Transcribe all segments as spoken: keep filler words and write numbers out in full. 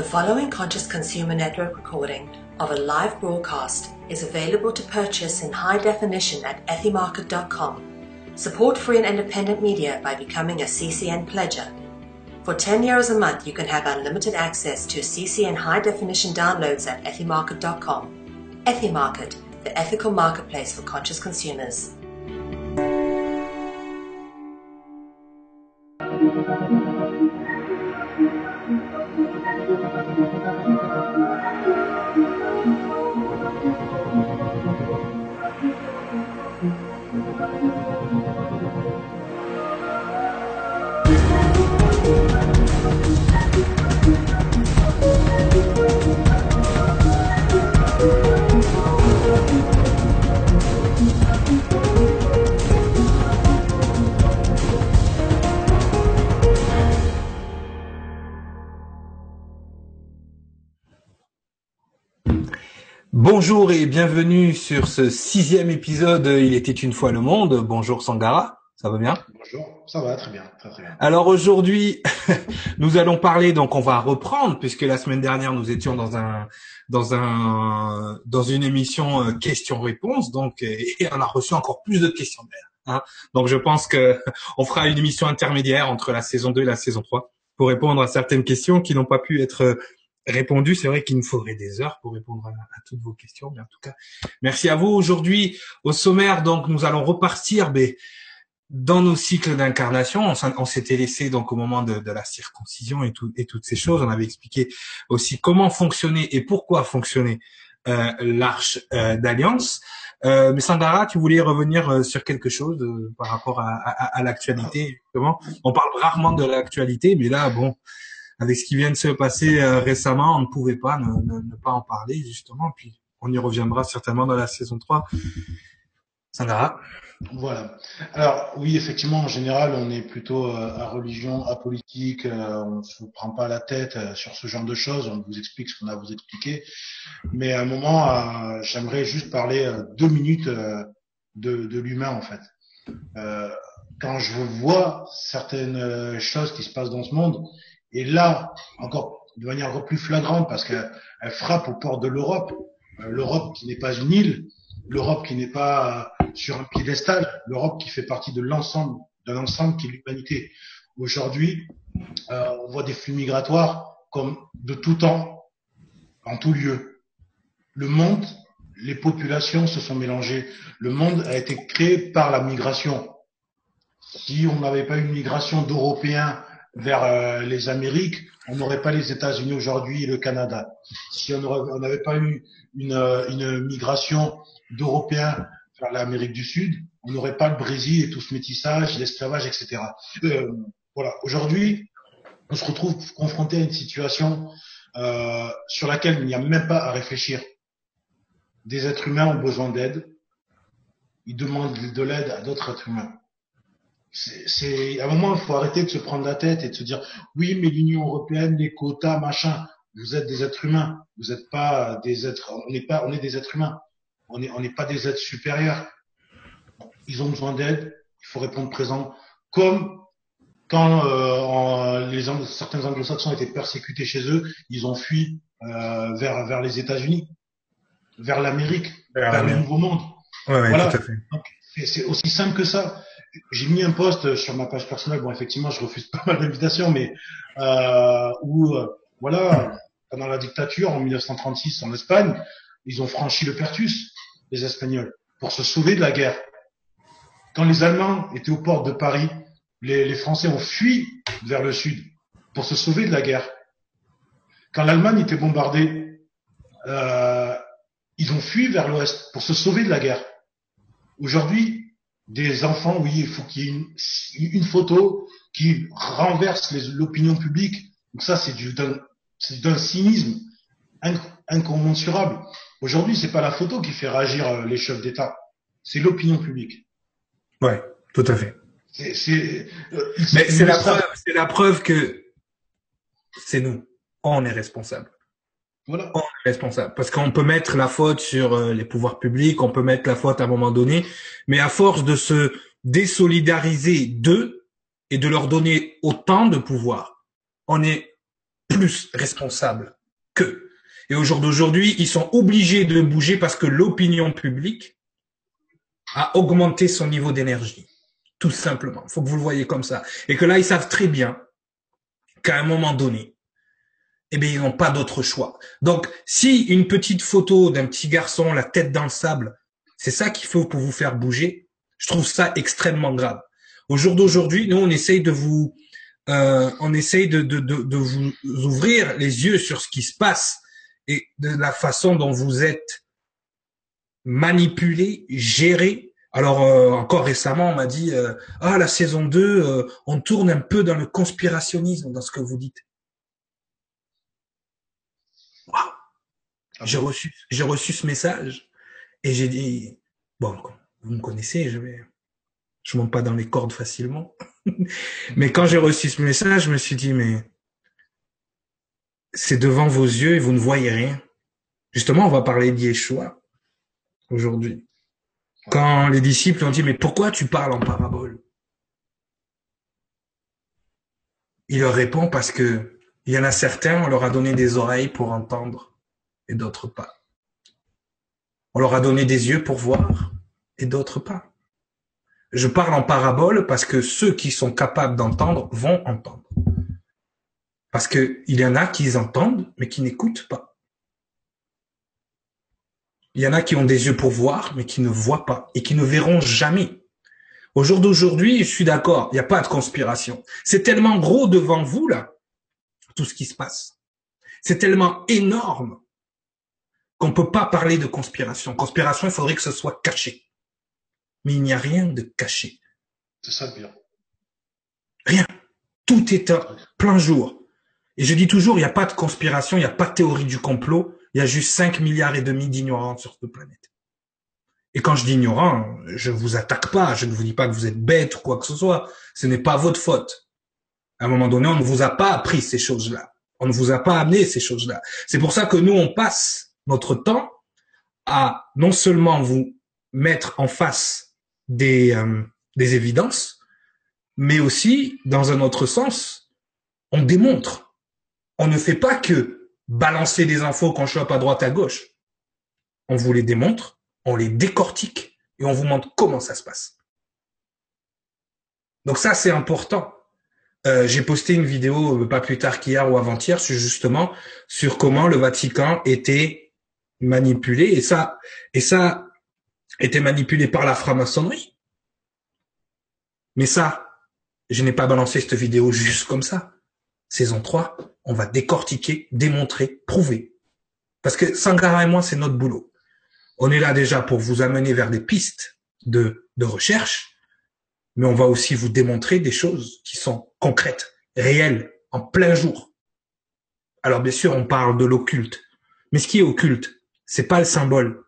The following Conscious Consumer Network recording of a live broadcast is available to purchase in high definition at ethymarket dot com. Support free and independent media by becoming a C C N pledger. For ten euros a month, you can have unlimited access to C C N high definition downloads at ethymarket dot com. Ethymarket, the ethical marketplace for conscious consumers. Bonjour et bienvenue sur ce sixième épisode Il était une fois le monde. Bonjour Sangara, ça va bien? Bonjour, ça va très bien, très très bien. Alors aujourd'hui, nous allons parler, donc on va reprendre puisque la semaine dernière nous étions dans un dans un dans une émission euh, questions-réponses, donc et, et on a reçu encore plus de questions d'ailleurs. Hein. Donc je pense que on fera une émission intermédiaire entre la saison deux et la saison trois pour répondre à certaines questions qui n'ont pas pu être répondu. C'est vrai qu'il nous faudrait des heures pour répondre à, à toutes vos questions, mais en tout cas, merci à vous. Aujourd'hui, au sommaire, donc, nous allons repartir mais, dans nos cycles d'incarnation. On, on s'était laissé donc au moment de, de la circoncision et, tout, et toutes ces choses. On avait expliqué aussi comment fonctionnait et pourquoi fonctionnait euh, l'arche euh, d'alliance. Euh, mais Sandara, tu voulais revenir euh, sur quelque chose euh, par rapport à, à, à l'actualité, justement. On parle rarement de l'actualité, mais là, bon, avec ce qui vient de se passer euh, récemment, on ne pouvait pas ne, ne, ne pas en parler, justement. Puis, on y reviendra certainement dans la saison trois. Sandra. Voilà. Alors, oui, effectivement, en général, on est plutôt euh, à religion, à politique. Euh, on ne se prend pas la tête euh, sur ce genre de choses. On vous explique ce qu'on a à vous expliquer. Mais à un moment, euh, j'aimerais juste parler euh, deux minutes euh, de, de l'humain, en fait. Euh, quand je vois certaines choses qui se passent dans ce monde, et là, encore de manière encore plus flagrante, parce qu'elle elle frappe aux portes de l'Europe, euh, l'Europe qui n'est pas une île, l'Europe qui n'est pas euh, sur un piédestal, l'Europe qui fait partie de l'ensemble, d'un ensemble qui est l'humanité. Aujourd'hui, euh, on voit des flux migratoires comme de tout temps, en tout lieu. Le monde, les populations se sont mélangées. Le monde a été créé par la migration. Si on n'avait pas eu une migration d'Européens vers euh, les Amériques, on n'aurait pas les États-Unis aujourd'hui et le Canada. Si on n'avait pas eu une, une migration d'Européens vers l'Amérique du Sud, on n'aurait pas le Brésil et tout ce métissage, l'esclavage, et cetera. Euh, voilà. Aujourd'hui, on se retrouve confronté à une situation euh, sur laquelle il n'y a même pas à réfléchir. Des êtres humains ont besoin d'aide. Ils demandent de l'aide à d'autres êtres humains. C'est, c'est, à un moment, il faut arrêter de se prendre la tête et de se dire, oui, mais l'Union européenne, les quotas, machin. Vous êtes des êtres humains. Vous n'êtes pas des êtres, on n'est pas, on est des êtres humains. On n'est on n'est pas des êtres supérieurs. Ils ont besoin d'aide. Il faut répondre présent. Comme quand euh, en, les certains anglo-saxons étaient persécutés chez eux, ils ont fui euh, vers vers les États-Unis, vers l'Amérique, vers, vers le Nouveau Monde. Ouais, ouais, voilà. Tout à fait. Donc, c'est, c'est aussi simple que ça. J'ai mis un post sur ma page personnelle. Bon, effectivement, je refuse pas mal d'invitations, mais euh, où euh, voilà, pendant la dictature en mille neuf cent trente-six en Espagne, ils ont franchi le Pertus, les Espagnols, pour se sauver de la guerre. Quand les Allemands étaient aux portes de Paris, les, les Français ont fui vers le sud pour se sauver de la guerre. Quand l'Allemagne était bombardée, euh, ils ont fui vers l'ouest pour se sauver de la guerre. Aujourd'hui, des enfants, oui, il faut qu'il y ait une, une photo qui renverse les, l'opinion publique. Donc ça, c'est du, d'un, c'est d'un cynisme inc, incommensurable. Aujourd'hui, c'est pas la photo qui fait réagir les chefs d'État, c'est l'opinion publique. Ouais, tout à fait. C'est, c'est, euh, Mais c'est la preuve, c'est la preuve que c'est nous, on est responsable. Voilà. On est responsable. Parce qu'on peut mettre la faute sur euh, les pouvoirs publics, on peut mettre la faute à un moment donné, mais à force de se désolidariser d'eux et de leur donner autant de pouvoir, on est plus responsables qu'eux. Et au jour d'aujourd'hui, ils sont obligés de bouger parce que l'opinion publique a augmenté son niveau d'énergie. Tout simplement. Il faut que vous le voyez comme ça. Et que là, ils savent très bien qu'à un moment donné, eh bien, ils n'ont pas d'autre choix. Donc, si une petite photo d'un petit garçon, la tête dans le sable, c'est ça qu'il faut pour vous faire bouger, je trouve ça extrêmement grave. Au jour d'aujourd'hui, nous, on essaye de vous, euh, on essaye de, de, de, de vous ouvrir les yeux sur ce qui se passe et de la façon dont vous êtes manipulé, géré. Alors, euh, encore récemment, on m'a dit, euh, ah, la saison deux, euh, on tourne un peu dans le conspirationnisme, dans ce que vous dites. Waouh. Ah j'ai bon reçu, j'ai reçu ce message et j'ai dit, bon, vous me connaissez, je vais, je monte pas dans les cordes facilement. Mais quand j'ai reçu ce message, je me suis dit, mais c'est devant vos yeux et vous ne voyez rien. Justement, on va parler d'Yeshua aujourd'hui. Quand les disciples ont dit, mais pourquoi tu parles en parabole? Il leur répond parce que il y en a certains, on leur a donné des oreilles pour entendre et d'autres pas. On leur a donné des yeux pour voir et d'autres pas. Je parle en parabole parce que ceux qui sont capables d'entendre vont entendre. Parce que il y en a qui entendent mais qui n'écoutent pas. Il y en a qui ont des yeux pour voir mais qui ne voient pas et qui ne verront jamais. Au jour d'aujourd'hui, je suis d'accord, il n'y a pas de conspiration. C'est tellement gros devant vous, là, tout ce qui se passe. C'est tellement énorme qu'on ne peut pas parler de conspiration. Conspiration, il faudrait que ce soit caché. Mais il n'y a rien de caché. C'est ça le pire. Rien. Tout est à plein jour. Et je dis toujours, il n'y a pas de conspiration, il n'y a pas de théorie du complot, il y a juste cinq milliards et demi d'ignorants sur cette planète. Et quand je dis ignorant, je ne vous attaque pas, je ne vous dis pas que vous êtes bête ou quoi que ce soit. Ce n'est pas votre faute. À un moment donné, on ne vous a pas appris ces choses-là. On ne vous a pas amené ces choses-là. C'est pour ça que nous, on passe notre temps à non seulement vous mettre en face des, euh, des évidences, mais aussi, dans un autre sens, on démontre. On ne fait pas que balancer des infos qu'on chope à droite à gauche. On vous les démontre. On les décortique et on vous montre comment ça se passe. Donc ça, c'est important. Euh, j'ai posté une vidéo pas plus tard qu'hier ou avant-hier sur justement sur comment le Vatican était manipulé et ça et ça était manipulé par la franc-maçonnerie. Mais ça, je n'ai pas balancé cette vidéo juste comme ça. Saison trois, on va décortiquer, démontrer, prouver. Parce que Sangara et moi, c'est notre boulot. On est là déjà pour vous amener vers des pistes de, de recherche, mais on va aussi vous démontrer des choses qui sont concrètes, réelles, en plein jour. Alors bien sûr, on parle de l'occulte, mais ce qui est occulte, c'est pas le symbole,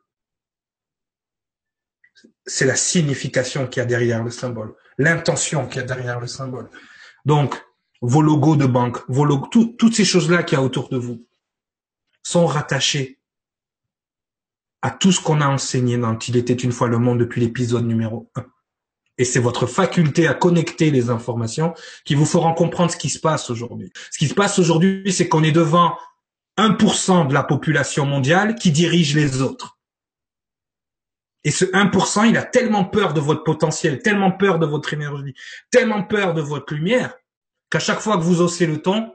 c'est la signification qu'il y a derrière le symbole, l'intention qu'il y a derrière le symbole. Donc, vos logos de banque, vos logos, tout, toutes ces choses-là qu'il y a autour de vous sont rattachées à tout ce qu'on a enseigné dans Il était une fois le monde depuis l'épisode numéro un. Et c'est votre faculté à connecter les informations qui vous feront comprendre ce qui se passe aujourd'hui. Ce qui se passe aujourd'hui, c'est qu'on est devant un pour cent de la population mondiale qui dirige les autres. Et ce un pour cent, il a tellement peur de votre potentiel, tellement peur de votre énergie, tellement peur de votre lumière, qu'à chaque fois que vous haussez le ton,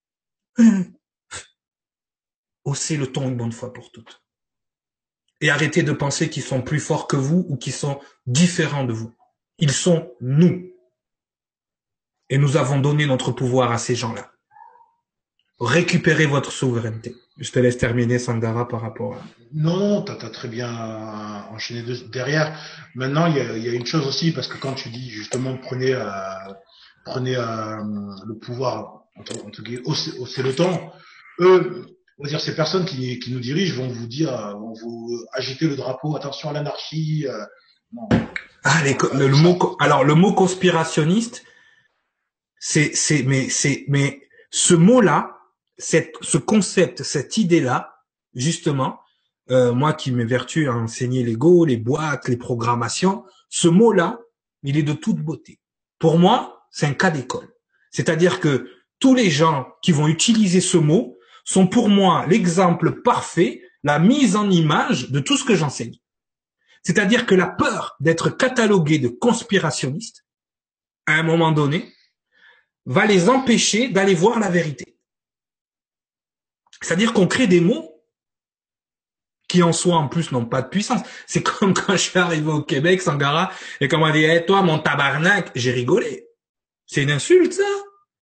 haussez le ton une bonne fois pour toutes. Et arrêtez de penser qu'ils sont plus forts que vous ou qu'ils sont différents de vous. Ils sont nous. Et nous avons donné notre pouvoir à ces gens-là. Récupérez votre souveraineté. Je te laisse terminer, Sangara, par rapport à... Non, non, t'as, t'as très bien enchaîné de, derrière. Maintenant, il y a, il y a une chose aussi, parce que quand tu dis justement prenez, euh, prenez euh, le pouvoir, entre, entre guillemets, hausser, hausser le ton, eux... On va dire, ces personnes qui, qui nous dirigent vont vous dire, vont vous agiter le drapeau, attention à l'anarchie. Euh, non. Ah, les, le, le mot, alors le mot conspirationniste, c'est, c'est, mais, c'est, mais ce mot-là, cette, ce concept, cette idée-là, justement, euh, moi qui m'évertue à enseigner les Go, les boîtes, les programmations, ce mot-là, il est de toute beauté. Pour moi, c'est un cas d'école. C'est-à-dire que tous les gens qui vont utiliser ce mot sont pour moi l'exemple parfait, la mise en image de tout ce que j'enseigne. C'est-à-dire que la peur d'être catalogué de conspirationniste, à un moment donné, va les empêcher d'aller voir la vérité. C'est-à-dire qu'on crée des mots qui en soi en plus n'ont pas de puissance. C'est comme quand je suis arrivé au Québec, Sangara, et qu'on m'a dit hey, « toi, mon tabarnak », j'ai rigolé. C'est une insulte, ça.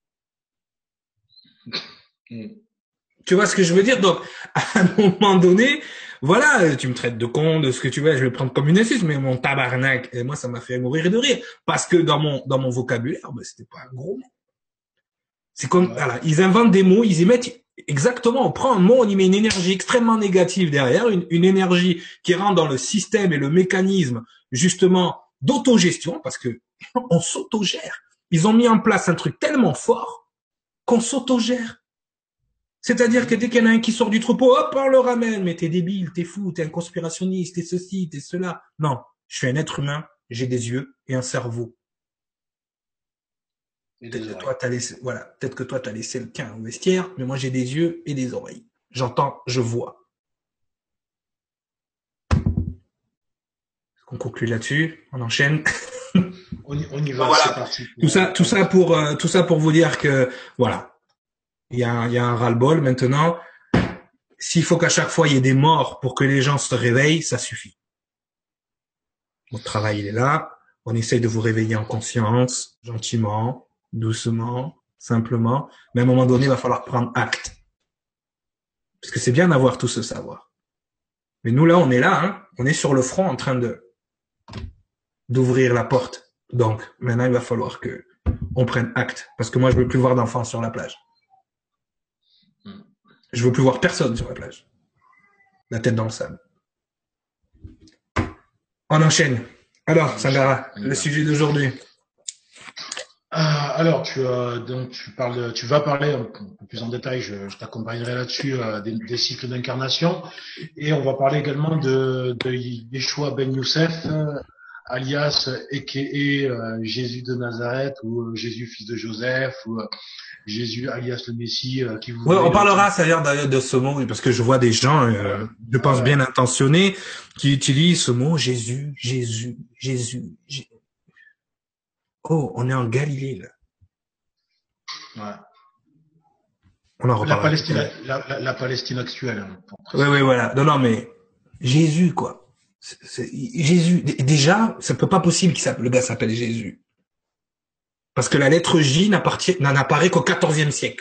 Mm. Tu vois ce que je veux dire? Donc, à un moment donné, voilà, tu me traites de con, de ce que tu veux, je vais le prendre comme une insulte, mais mon tabarnak, et moi, ça m'a fait mourir de rire. Parce que dans mon dans mon vocabulaire, ben, c'était pas un gros mot. C'est comme, ouais. Voilà, ils inventent des mots, ils y mettent exactement, on prend un mot, on y met une énergie extrêmement négative derrière, une, une énergie qui rentre dans le système et le mécanisme, justement, d'autogestion, parce que on s'autogère. Ils ont mis en place un truc tellement fort qu'on s'autogère. C'est-à-dire que dès qu'il y en a un qui sort du troupeau, hop, on le ramène. Mais t'es débile, t'es fou, t'es un conspirationniste, t'es ceci, t'es cela. Non, je suis un être humain, j'ai des yeux et un cerveau. Peut-être que toi, t'as laissé, voilà, peut-être que toi, t'as laissé le tien au vestiaire, mais moi, j'ai des yeux et des oreilles. J'entends, je vois. Est-ce qu'on conclut là-dessus? On enchaîne? on, y, on y va, voilà. C'est parti. Tout ça, tout ça pour, euh, tout ça pour vous dire que, voilà. Il y a, il y a un ras-le-bol maintenant. S'il faut qu'à chaque fois il y ait des morts pour que les gens se réveillent, ça suffit. Notre travail, il est là. On essaye de vous réveiller en conscience, gentiment, doucement, simplement. Mais à un moment donné, il va falloir prendre acte. Parce que c'est bien d'avoir tout ce savoir. Mais nous, là, on est là, hein. On est sur le front en train de, d'ouvrir la porte. Donc, maintenant, il va falloir que on prenne acte. Parce que moi, je veux plus voir d'enfants sur la plage. Je veux plus voir personne sur la plage. La tête dans le sable. On enchaîne. Alors, Sangara, le sujet d'aujourd'hui. Euh, alors, tu euh, donc tu parles, tu vas parler un peu plus en détail. Je, je t'accompagnerai là-dessus euh, des, des cycles d'incarnation, et on va parler également de, de Yeshua ben Youssef, euh, alias aka euh, Jésus de Nazareth, ou euh, Jésus fils de Joseph, ou euh, Jésus alias le Messie, euh, qui vous. Oui, on parlera d'ailleurs d'ailleurs de ce mot, parce que je vois des gens, euh, je pense bien intentionnés, qui utilisent ce mot Jésus, Jésus, Jésus. Jésus. Oh, on est en Galilée là. Ouais. On en reparlera. La Palestine, la, la, la Palestine actuelle. Hein, oui, oui, voilà. Non, non, mais Jésus quoi. C'est, c'est, Jésus. Déjà, ça peut pas possible qu'il s'appelle, le gars s'appelle Jésus. Parce que la lettre J n'en apparaît qu'au quatorzième siècle.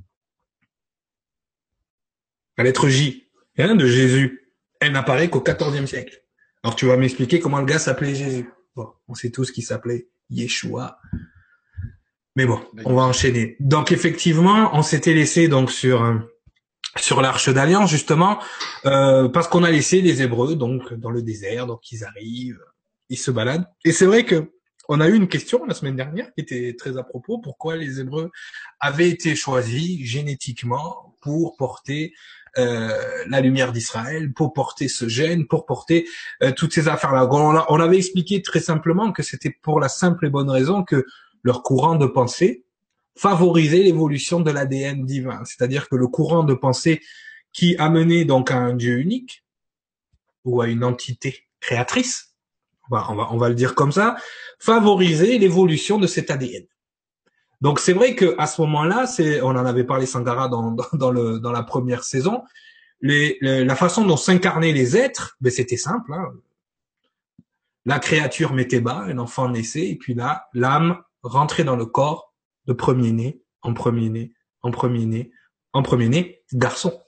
La lettre J, hein, de Jésus, elle n'apparaît qu'au quatorzième siècle. Alors tu vas m'expliquer comment le gars s'appelait Jésus. Bon, on sait tous qu'il s'appelait Yeshua. Mais bon, on va enchaîner. Donc effectivement, on s'était laissé donc sur euh, sur l'Arche d'Alliance justement euh, parce qu'on a laissé les Hébreux donc dans le désert, donc ils arrivent, ils se baladent. Et c'est vrai que on a eu une question la semaine dernière qui était très à propos. Pourquoi les Hébreux avaient été choisis génétiquement pour porter euh, la lumière d'Israël, pour porter ce gène, pour porter euh, toutes ces affaires-là. On, a, on avait expliqué très simplement que c'était pour la simple et bonne raison que leur courant de pensée favorisait l'évolution de l'A D N divin. C'est-à-dire que le courant de pensée qui amenait donc à un Dieu unique ou à une entité créatrice, on va, on va le dire comme ça, favoriser l'évolution de cet A D N. Donc c'est vrai que à ce moment-là, c'est, on en avait parlé Sangara dans, dans, dans le dans la première saison, les, les, la façon dont s'incarnaient les êtres, ben c'était simple. Hein. La créature mettait bas, un enfant naissait, et puis là, l'âme rentrait dans le corps de premier-né, en premier-né, en premier-né, en premier-né, garçon.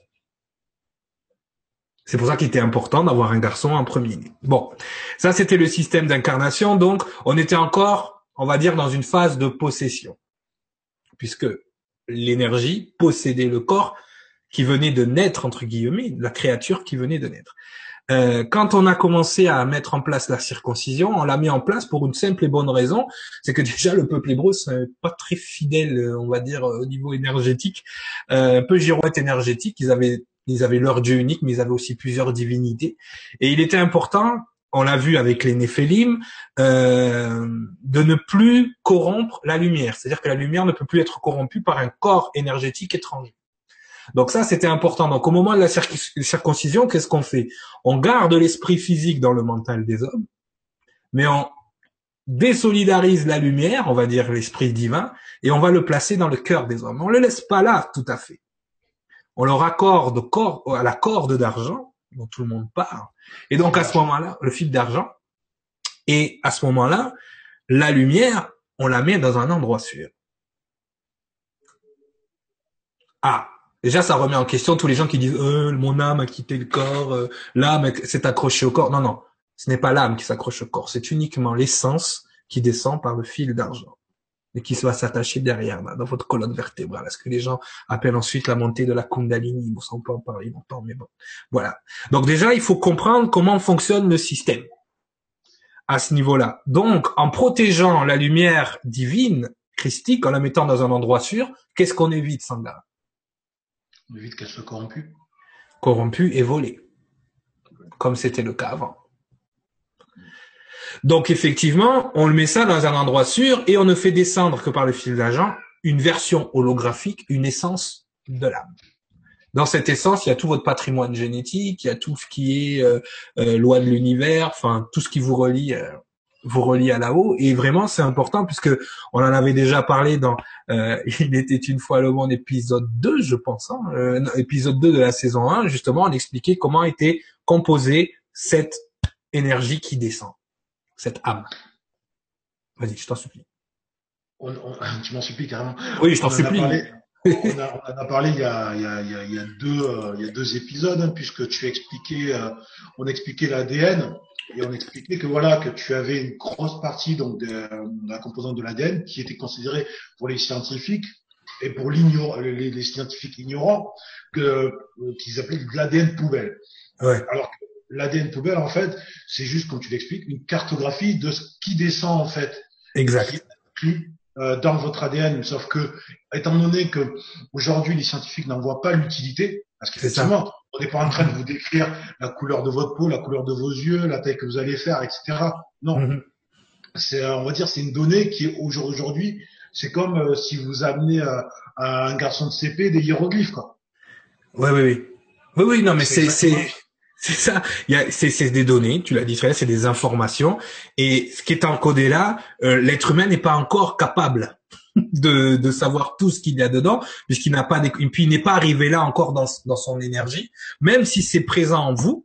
C'est pour ça qu'il était important d'avoir un garçon en premier-né. Bon, ça c'était le système d'incarnation, donc on était encore, on va dire, dans une phase de possession, puisque l'énergie possédait le corps qui venait de naître, entre guillemets, la créature qui venait de naître. Euh, quand on a commencé à mettre en place la circoncision, on l'a mis en place pour une simple et bonne raison, c'est que déjà le peuple hébreu c'est pas très fidèle, on va dire, au niveau énergétique, euh, un peu girouette énergétique. Ils avaient Ils avaient leur Dieu unique, mais ils avaient aussi plusieurs divinités. Et il était important on l'a vu avec les Néphélim, euh, de ne plus corrompre la lumière. C'est-à-dire que la lumière ne peut plus être corrompue par un corps énergétique étranger. Donc ça, c'était important. Donc au moment de la circoncision, qu'est-ce qu'on fait? On garde l'esprit physique dans le mental des hommes, mais on désolidarise la lumière, on va dire l'esprit divin, et on va le placer dans le cœur des hommes. On le laisse pas là, tout à fait. On leur accorde corps, à la corde d'argent, dont tout le monde parle. Et donc à ce moment-là, le fil d'argent, et à ce moment-là, la lumière, on la met dans un endroit sûr. Ah, déjà ça remet en question tous les gens qui disent euh, mon âme a quitté le corps, euh, l'âme s'est accrochée au corps. Non, non, ce n'est pas l'âme qui s'accroche au corps, c'est uniquement l'essence qui descend par le fil d'argent et qui va s'attacher derrière, là, dans votre colonne vertébrale, ce que les gens appellent ensuite la montée de la Kundalini. On s'en peut en parler longtemps, mais bon, voilà. Donc déjà, il faut comprendre comment fonctionne le système à ce niveau-là. Donc, en protégeant la lumière divine, christique, en la mettant dans un endroit sûr, qu'est-ce qu'on évite, Sangha? On évite qu'elle soit corrompue. Corrompue et volée, comme c'était le cas avant. Donc effectivement, on le met ça dans un endroit sûr et on ne fait descendre que par le fil d'argent une version holographique, une essence de l'âme. Dans cette essence, il y a tout votre patrimoine génétique, il y a tout ce qui est euh, euh, loi de l'univers, enfin tout ce qui vous relie, euh, vous relie à là-haut. Et vraiment, c'est important puisque on en avait déjà parlé dans euh, Il était une fois le monde épisode deux, je pense, hein, euh, épisode deux de la saison un. Justement, on expliquait comment était composée cette énergie qui descend. Cette âme. Vas-y, je t'en supplie. On, on, tu m'en supplies carrément. Oui, je t'en on supplie. En a parlé, on, a, on en a parlé il y a, il y a, il y a, il y a, deux, euh, il y a deux épisodes, hein, puisque tu expliquais, euh, on expliquait l'A D N et on expliquait que voilà que tu avais une grosse partie donc de, de la composante de l'A D N qui était considérée pour les scientifiques et pour l'ignor, les, les scientifiques ignorants que euh, qu'ils appelaient de l'A D N poubelle. Ouais. Alors que l'A D N poubelle, en fait, c'est juste, comme tu l'expliques, une cartographie de ce qui descend, en fait. Exact. Qui est inclus, euh, dans votre A D N. Sauf que, étant donné que aujourd'hui les scientifiques n'en voient pas l'utilité, parce qu'effectivement, on n'est pas en train de vous décrire la couleur de votre peau, la couleur de vos yeux, la taille que vous allez faire, et cetera. Non. Mm-hmm. C'est, on va dire, c'est une donnée qui est aujourd'hui, c'est comme euh, si vous amenez euh, à un garçon de C P des hiéroglyphes, quoi. Oui, oui, oui. Oui, oui, non, mais c'est, c'est, c'est ça. Il y a, c'est, c'est des données. Tu l'as dit, c'est des informations. Et ce qui est encodé là, euh, l'être humain n'est pas encore capable de, de savoir tout ce qu'il y a dedans, puisqu'il n'a pas, des, et puis il n'est pas arrivé là encore dans, dans son énergie. Même si c'est présent en vous,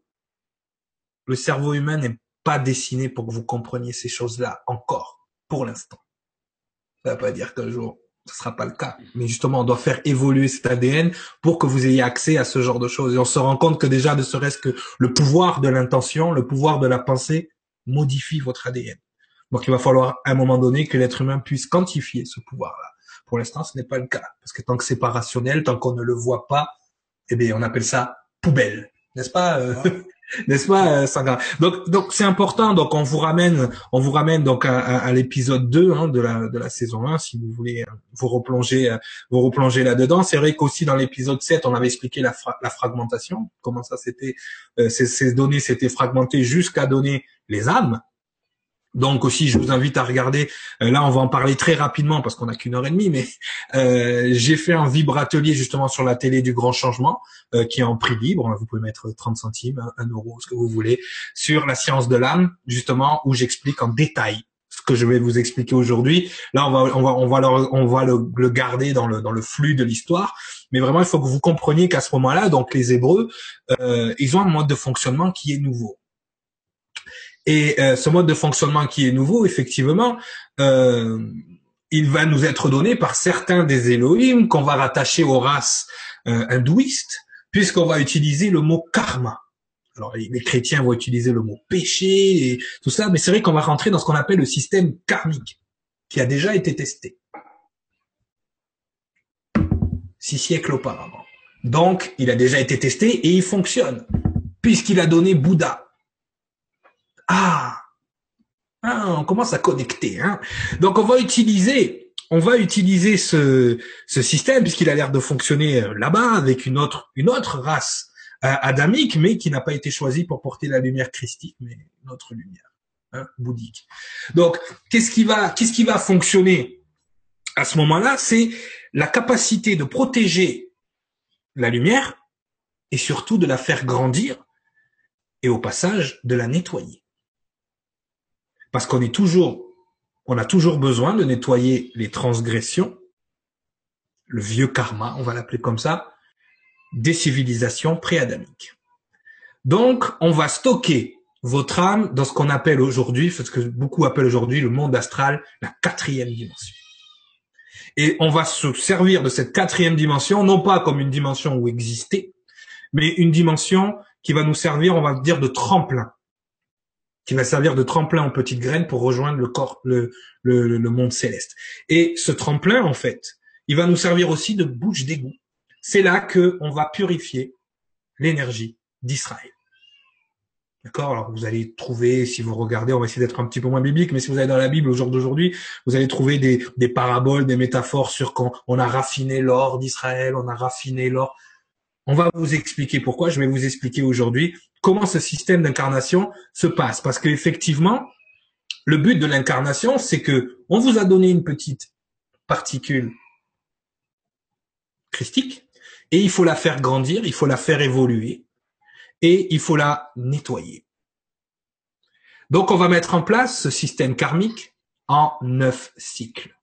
le cerveau humain n'est pas dessiné pour que vous compreniez ces choses-là encore, pour l'instant. Ça veut pas dire qu'un jour, ce sera pas le cas. Mais justement, on doit faire évoluer cet A D N pour que vous ayez accès à ce genre de choses. Et on se rend compte que déjà, ne serait-ce que le pouvoir de l'intention, le pouvoir de la pensée modifie votre A D N. Donc, il va falloir, à un moment donné, que l'être humain puisse quantifier ce pouvoir-là. Pour l'instant, ce n'est pas le cas. Parce que tant que c'est pas rationnel, tant qu'on ne le voit pas, eh bien, on appelle ça poubelle. N'est-ce pas, euh, ouais. N'est-ce pas, euh, Sangha? Donc, donc c'est important. Donc, on vous ramène, on vous ramène donc à, à, à l'épisode deux hein, de la de la saison un, si vous voulez euh, vous replonger, euh, vous replonger là-dedans. C'est vrai qu'aussi dans l'épisode sept, on avait expliqué la, fra- la fragmentation, comment ça s'était, euh, ces, ces données s'étaient fragmentées jusqu'à donner les âmes. Donc aussi, je vous invite à regarder. Euh, là, on va en parler très rapidement parce qu'on n'a qu'une heure et demie. Mais euh, j'ai fait un vibratelier justement sur la télé du Grand Changement, euh, qui est en prix libre. Vous pouvez mettre trente centimes, un euro, ce que vous voulez, sur la science de l'âme, justement, où j'explique en détail ce que je vais vous expliquer aujourd'hui. Là, on va, on va, on va, le, on va le, le garder dans le dans le flux de l'histoire. Mais vraiment, il faut que vous compreniez qu'à ce moment-là, donc les Hébreux, euh, ils ont un mode de fonctionnement qui est nouveau. Et euh, ce mode de fonctionnement qui est nouveau, effectivement, euh, il va nous être donné par certains des Elohim qu'on va rattacher aux races euh, hindouistes, puisqu'on va utiliser le mot karma. Alors les chrétiens vont utiliser le mot péché et tout ça, mais c'est vrai qu'on va rentrer dans ce qu'on appelle le système karmique, qui a déjà été testé. Six siècles auparavant. Donc, il a déjà été testé et il fonctionne, puisqu'il a donné Bouddha. Ah, ah, on commence à connecter, hein. Donc on va utiliser, on va utiliser ce ce système puisqu'il a l'air de fonctionner là-bas avec une autre une autre race adamique, mais qui n'a pas été choisi pour porter la lumière christique, mais notre lumière, hein, bouddhique. Donc, qu'est-ce qui va, qu'est-ce qui va fonctionner à ce moment-là? C'est la capacité de protéger la lumière et surtout de la faire grandir et au passage de la nettoyer. Parce qu'on est toujours, on a toujours besoin de nettoyer les transgressions, le vieux karma, on va l'appeler comme ça, des civilisations pré-adamiques. Donc, on va stocker votre âme dans ce qu'on appelle aujourd'hui, ce que beaucoup appellent aujourd'hui le monde astral, la quatrième dimension. Et on va se servir de cette quatrième dimension, non pas comme une dimension où exister, mais une dimension qui va nous servir, on va dire, de tremplin, qui va servir de tremplin aux petites graines pour rejoindre le corps, le, le, le monde céleste. Et ce tremplin, en fait, il va nous servir aussi de bouche d'égout. C'est là que on va purifier l'énergie d'Israël. D'accord? Alors, vous allez trouver, si vous regardez, on va essayer d'être un petit peu moins biblique, mais si vous allez dans la Bible au jour d'aujourd'hui, vous allez trouver des, des paraboles, des métaphores sur quand on a raffiné l'or d'Israël, on a raffiné l'or. On va vous expliquer pourquoi. Je vais vous expliquer aujourd'hui comment ce système d'incarnation se passe. Parce qu'effectivement, le but de l'incarnation, c'est que on vous a donné une petite particule christique et il faut la faire grandir, il faut la faire évoluer et il faut la nettoyer. Donc, on va mettre en place ce système karmique en neuf cycles.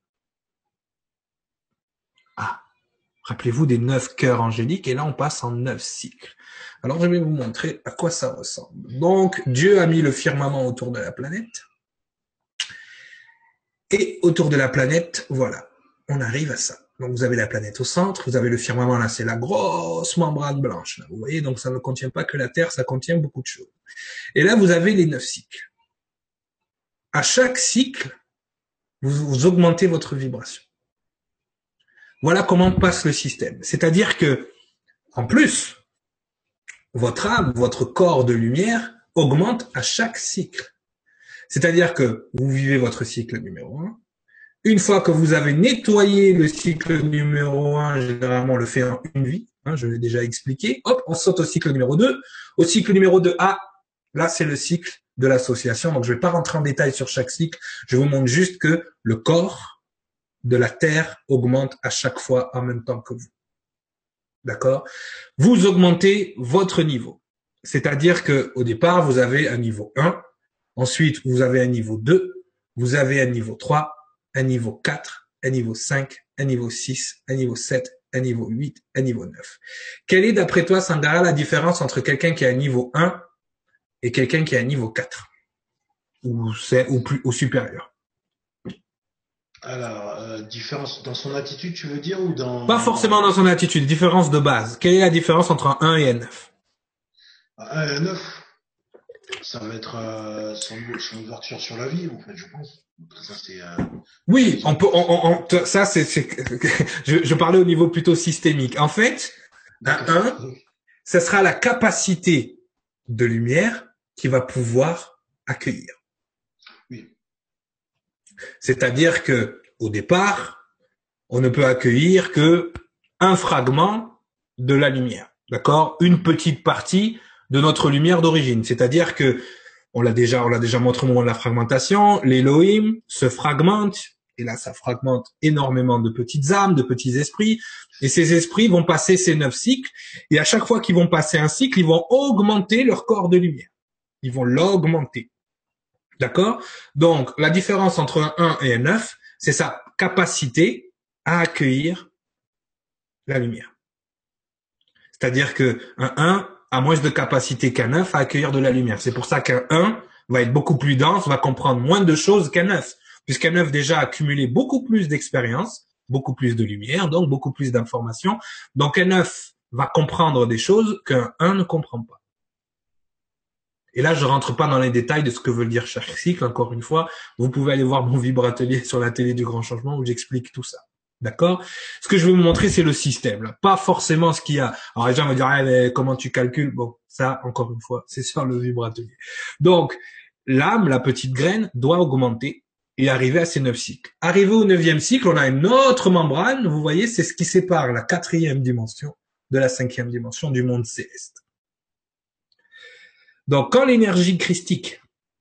Ah. Rappelez-vous des neuf cœurs angéliques, et là on passe en neuf cycles. Alors je vais vous montrer à quoi ça ressemble. Donc Dieu a mis le firmament autour de la planète, et autour de la planète, voilà, on arrive à ça. Donc vous avez la planète au centre, vous avez le firmament là, c'est la grosse membrane blanche, là, vous voyez, donc ça ne contient pas que la Terre, ça contient beaucoup de choses. Et là vous avez les neuf cycles. À chaque cycle, vous, vous augmentez votre vibration. Voilà comment passe le système. C'est-à-dire que, en plus, votre âme, votre corps de lumière augmente à chaque cycle. C'est-à-dire que vous vivez votre cycle numéro un. Une fois que vous avez nettoyé le cycle numéro un, généralement on le fait en une vie, hein, je l'ai déjà expliqué. Hop, on saute au cycle numéro deux. Au cycle numéro deux, ah, là c'est le cycle de l'association. Donc je ne vais pas rentrer en détail sur chaque cycle. Je vous montre juste que le corps de la Terre augmente à chaque fois en même temps que vous. D'accord? Vous augmentez votre niveau. C'est-à-dire que au départ, vous avez un niveau un, ensuite vous avez un niveau deux, vous avez un niveau trois, un niveau quatre, un niveau cinq, un niveau six, un niveau sept, un niveau huit, un niveau neuf. Quelle est d'après toi, Sandara, la différence entre quelqu'un qui a un niveau un et quelqu'un qui a un niveau quatre? Ou c'est ou plus ou supérieur? Alors, euh, différence dans son attitude, tu veux dire, ou dans... Pas forcément dans son attitude, différence de base. Quelle est la différence entre un un et un neuf? Un et un neuf, ça va être euh, son, son ouverture sur la vie, en fait, je pense. Ça, c'est, euh... Oui, on peut, on, on, on, ça, c'est, c'est je, je parlais au niveau plutôt systémique. En fait, un un, ça sera la capacité de lumière qui va pouvoir accueillir. Oui. C'est-à-dire que, au départ, on ne peut accueillir que un fragment de la lumière. D'accord? Une petite partie de notre lumière d'origine. C'est-à-dire que, on l'a déjà, on l'a déjà montré au moment de la fragmentation, l'Elohim se fragmente, et là, ça fragmente énormément de petites âmes, de petits esprits, et ces esprits vont passer ces neuf cycles, et à chaque fois qu'ils vont passer un cycle, ils vont augmenter leur corps de lumière. Ils vont l'augmenter. D'accord? Donc, la différence entre un un et un neuf, c'est sa capacité à accueillir la lumière. C'est-à-dire que un un a moins de capacité qu'un neuf à accueillir de la lumière. C'est pour ça qu'un un va être beaucoup plus dense, va comprendre moins de choses qu'un neuf, puisqu'un neuf déjà a accumulé beaucoup plus d'expérience, beaucoup plus de lumière, donc beaucoup plus d'informations. Donc un neuf va comprendre des choses qu'un un ne comprend pas. Et là, je rentre pas dans les détails de ce que veut dire chaque cycle. Encore une fois, vous pouvez aller voir mon vibratelier sur la télé du Grand Changement où j'explique tout ça. D'accord? Ce que je vais vous montrer, c'est le système, là. Pas forcément ce qu'il y a. Alors, les gens vont dire, ah, mais comment tu calcules? Bon, ça, encore une fois, c'est sur le vibratelier. Donc, l'âme, la petite graine, doit augmenter et arriver à ces neuf cycles. Arrivé au neuvième cycle, on a une autre membrane. Vous voyez, c'est ce qui sépare la quatrième dimension de la cinquième dimension du monde céleste. Donc, quand l'énergie christique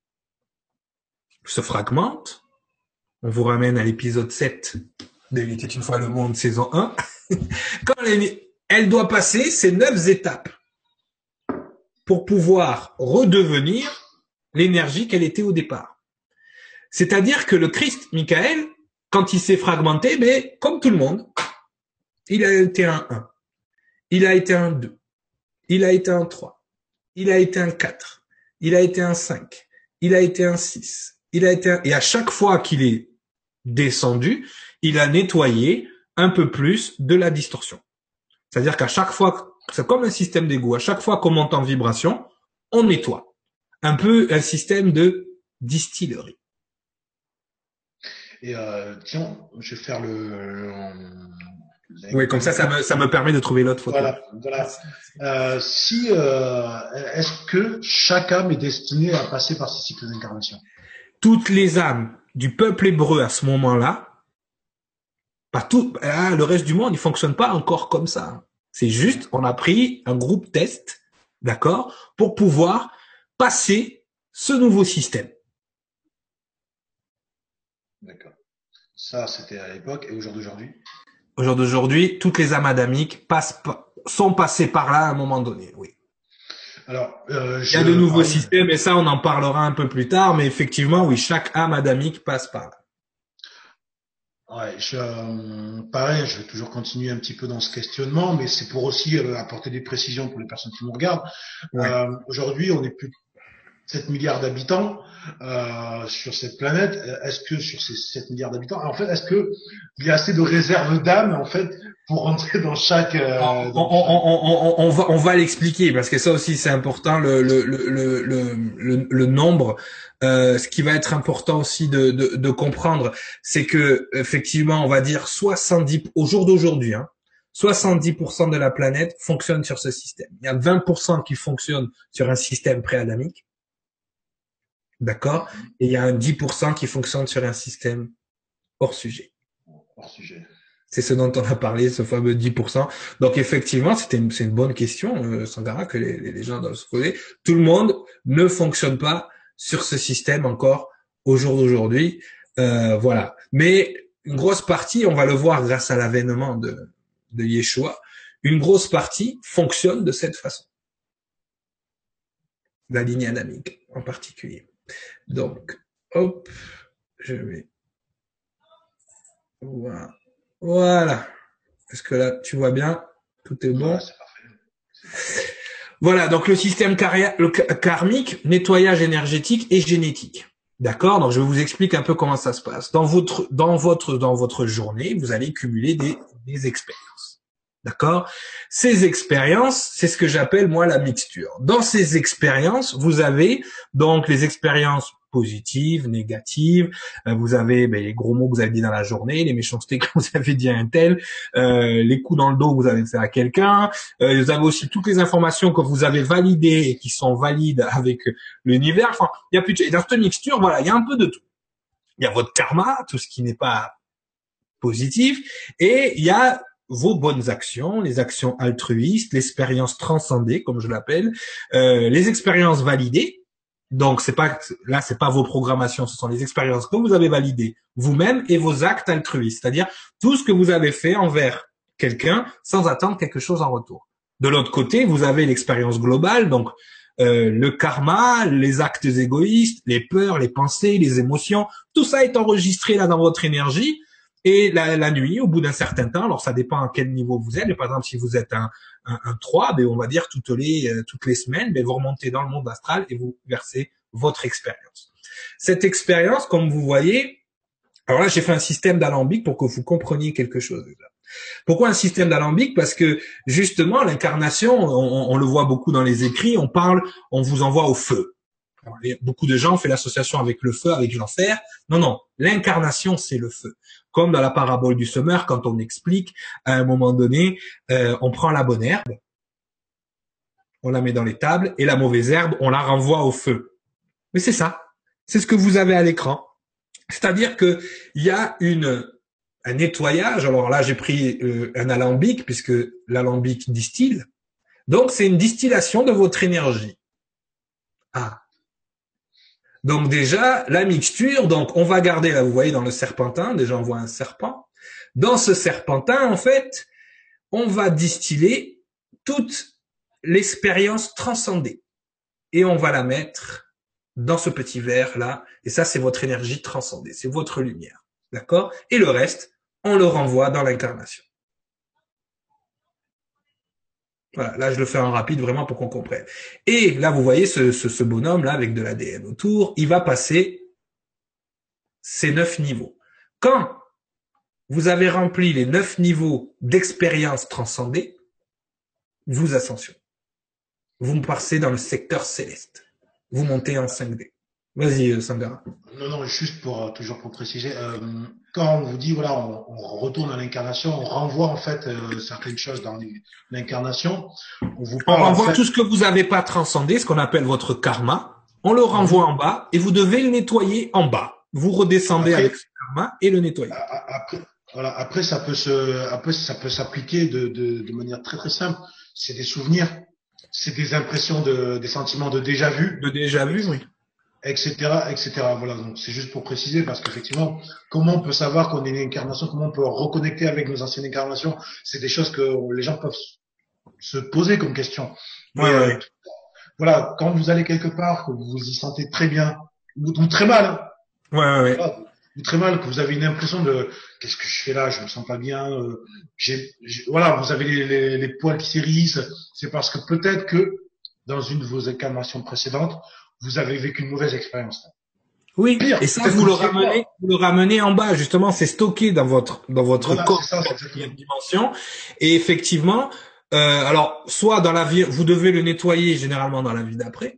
se fragmente, on vous ramène à l'épisode sept de Il était une fois le monde, saison un, quand elle, elle doit passer ces neuf étapes pour pouvoir redevenir l'énergie qu'elle était au départ. C'est-à-dire que le Christ, Michael, quand il s'est fragmenté, mais comme tout le monde, il a été un un, il a été un deux, il a été un trois, il a été un quatre, il a été un cinq, il a été un six, il a été un... Et à chaque fois qu'il est descendu, il a nettoyé un peu plus de la distorsion. C'est-à-dire qu'à chaque fois, c'est comme un système d'égout, à chaque fois qu'on monte en vibration, on nettoie. Un peu un système de distillerie. Et euh, tiens, je vais faire le... le... Oui, comme ça, ça me, ça me permet de trouver l'autre photo. Voilà, voilà. Euh, si, euh, est-ce que chaque âme est destinée à passer par ces cycles d'incarnation? Toutes les âmes du peuple hébreu à ce moment-là, pas tout, ah, le reste du monde, il fonctionne pas encore comme ça. C'est juste, on a pris un groupe test, d'accord, pour pouvoir passer ce nouveau système. D'accord. Ça, c'était à l'époque. Et au jour d'aujourd'hui? Au jour d'aujourd'hui, toutes les âmes adamiques passent, sont passées par là à un moment donné, oui. Alors, euh, il y a de nouveaux systèmes et ça, on en parlera un peu plus tard, mais effectivement, oui, chaque âme adamique passe par là. Ouais, je, euh, pareil, je vais toujours continuer un petit peu dans ce questionnement, mais c'est pour aussi euh, apporter des précisions pour les personnes qui nous regardent. Ouais. Euh, aujourd'hui, on est plus de sept milliards d'habitants euh, sur cette planète. Est-ce que sur ces sept milliards d'habitants, en fait, est-ce que il y a assez de réserves d'âmes en fait pour rentrer dans chaque euh, on, on, on, on, on va on va l'expliquer parce que ça aussi c'est important le le le le le, le nombre. Euh, ce qui va être important aussi de de, de comprendre, c'est que effectivement, on va dire soixante-dix au jour d'aujourd'hui, hein, soixante-dix pour cent de la planète fonctionne sur ce système. Il y a vingt pour cent qui fonctionnent sur un système pré-adamique. D'accord? Et il y a un dix pour cent qui fonctionne sur un système hors sujet. Hors sujet. C'est ce dont on a parlé, ce fameux dix pour cent. Donc effectivement, c'était une, c'est une bonne question, euh, Sangara, que les, les gens doivent se poser. Tout le monde ne fonctionne pas sur ce système encore au jour d'aujourd'hui. Euh, voilà. Mais une grosse partie, on va le voir grâce à l'avènement de, de Yeshua, une grosse partie fonctionne de cette façon. La ligne adamique en particulier. Donc, hop, je vais... Voilà. Voilà. Est-ce que là, tu vois bien? Tout est bon. Ouais, c'est parfait. C'est parfait. Voilà. Donc, le système car- le karmique, nettoyage énergétique et génétique. D'accord? Donc, je vous explique un peu comment ça se passe. Dans votre, dans votre, dans votre journée, vous allez cumuler des, des expériences. D'accord? Ces expériences, c'est ce que j'appelle, moi, la mixture. Dans ces expériences, vous avez donc les expériences positives, négatives, euh, vous avez ben, les gros mots que vous avez dit dans la journée, les méchancetés que vous avez dit à un tel, euh, les coups dans le dos que vous avez fait à quelqu'un, euh, vous avez aussi toutes les informations que vous avez validées et qui sont valides avec l'univers. Enfin, il y a plus de... Et dans cette mixture, voilà, il y a un peu de tout. Il y a votre karma, tout ce qui n'est pas positif, et il y a vos bonnes actions, les actions altruistes, l'expérience transcendée, comme je l'appelle, euh, les expériences validées. Donc c'est pas là, c'est pas vos programmations, ce sont les expériences que vous avez validées vous-même et vos actes altruistes, c'est-à-dire tout ce que vous avez fait envers quelqu'un sans attendre quelque chose en retour. De l'autre côté, vous avez l'expérience globale, donc euh, le karma, les actes égoïstes, les peurs, les pensées, les émotions, tout ça est enregistré là dans votre énergie. Et la, la nuit, au bout d'un certain temps, alors ça dépend à quel niveau vous êtes, mais par exemple si vous êtes un, un, un trois, ben on va dire toutes les euh, toutes les semaines, ben vous remontez dans le monde astral et vous versez votre expérience. Cette expérience, comme vous voyez, alors là j'ai fait un système d'alambic pour que vous compreniez quelque chose. Pourquoi un système d'alambic? Parce que justement l'incarnation, on, on le voit beaucoup dans les écrits, on parle, on vous envoie au feu. Alors, beaucoup de gens ont fait l'association avec le feu, avec l'enfer. Non, non, l'incarnation, c'est le feu. Comme dans la parabole du semeur, quand on explique, à un moment donné, euh, on prend la bonne herbe, on la met dans les tables, et la mauvaise herbe, on la renvoie au feu. Mais c'est ça, c'est ce que vous avez à l'écran. C'est-à-dire que il y a une un nettoyage. Alors là, j'ai pris euh, un alambic, puisque l'alambic distille. Donc, c'est une distillation de votre énergie. Ah. Donc déjà, la mixture, donc on va garder, là vous voyez dans le serpentin, déjà on voit un serpent. Dans ce serpentin, en fait, on va distiller toute l'expérience transcendée. Et on va la mettre dans ce petit verre là. Et ça, c'est votre énergie transcendée, c'est votre lumière. D'accord? Et le reste, on le renvoie dans l'incarnation. Voilà, là je le fais en rapide vraiment pour qu'on comprenne. Et là vous voyez ce, ce, ce bonhomme là avec de l'A D N autour, il va passer ces neuf niveaux. Quand vous avez rempli les neuf niveaux d'expérience transcendée, vous ascensionnez. Vous me passez dans le secteur céleste. Vous montez en cinq D. Vas-y, Sangara. Non, non, juste pour, euh, toujours pour préciser, euh, quand on vous dit, voilà, on, on retourne à l'incarnation, on renvoie en fait euh, certaines choses dans l'incarnation. On vous On parle, renvoie en fait, tout ce que vous n'avez pas transcendé, ce qu'on appelle votre karma. On le renvoie en bas et vous devez le nettoyer en bas. Vous redescendez Après- avec ce karma et le nettoyez. a- a- après, voilà, après ça peut se, après ça peut s'appliquer de, de, de manière très très simple. C'est des souvenirs, c'est des impressions de, des sentiments de déjà vu, De déjà vu, oui. et cetera, et cetera. Voilà, donc c'est juste pour préciser parce qu'effectivement, comment on peut savoir qu'on est une incarnation, comment on peut reconnecter avec nos anciennes incarnations, c'est des choses que les gens peuvent se poser comme question. Mais, Ouais, ouais. euh, voilà, quand vous allez quelque part, que vous vous y sentez très bien, ou, ou très mal, hein, Ouais, ouais, ouais. voilà, ou très mal, que vous avez une impression de qu'est-ce que je fais là, je me sens pas bien, euh, j'ai, j'ai- voilà, vous avez les, les, les poils qui s'hérissent, c'est parce que peut-être que dans une de vos incarnations précédentes, vous avez vécu une mauvaise expérience. Oui, Pire, et ça peut-être vous que le vous y êtes ramenez, pas. vous le ramenez en bas justement, c'est stocké dans votre dans votre Voilà, corps, c'est ça, c'est dans exactement. cette dimension. Et effectivement, euh, alors soit dans la vie, vous devez le nettoyer généralement dans la vie d'après.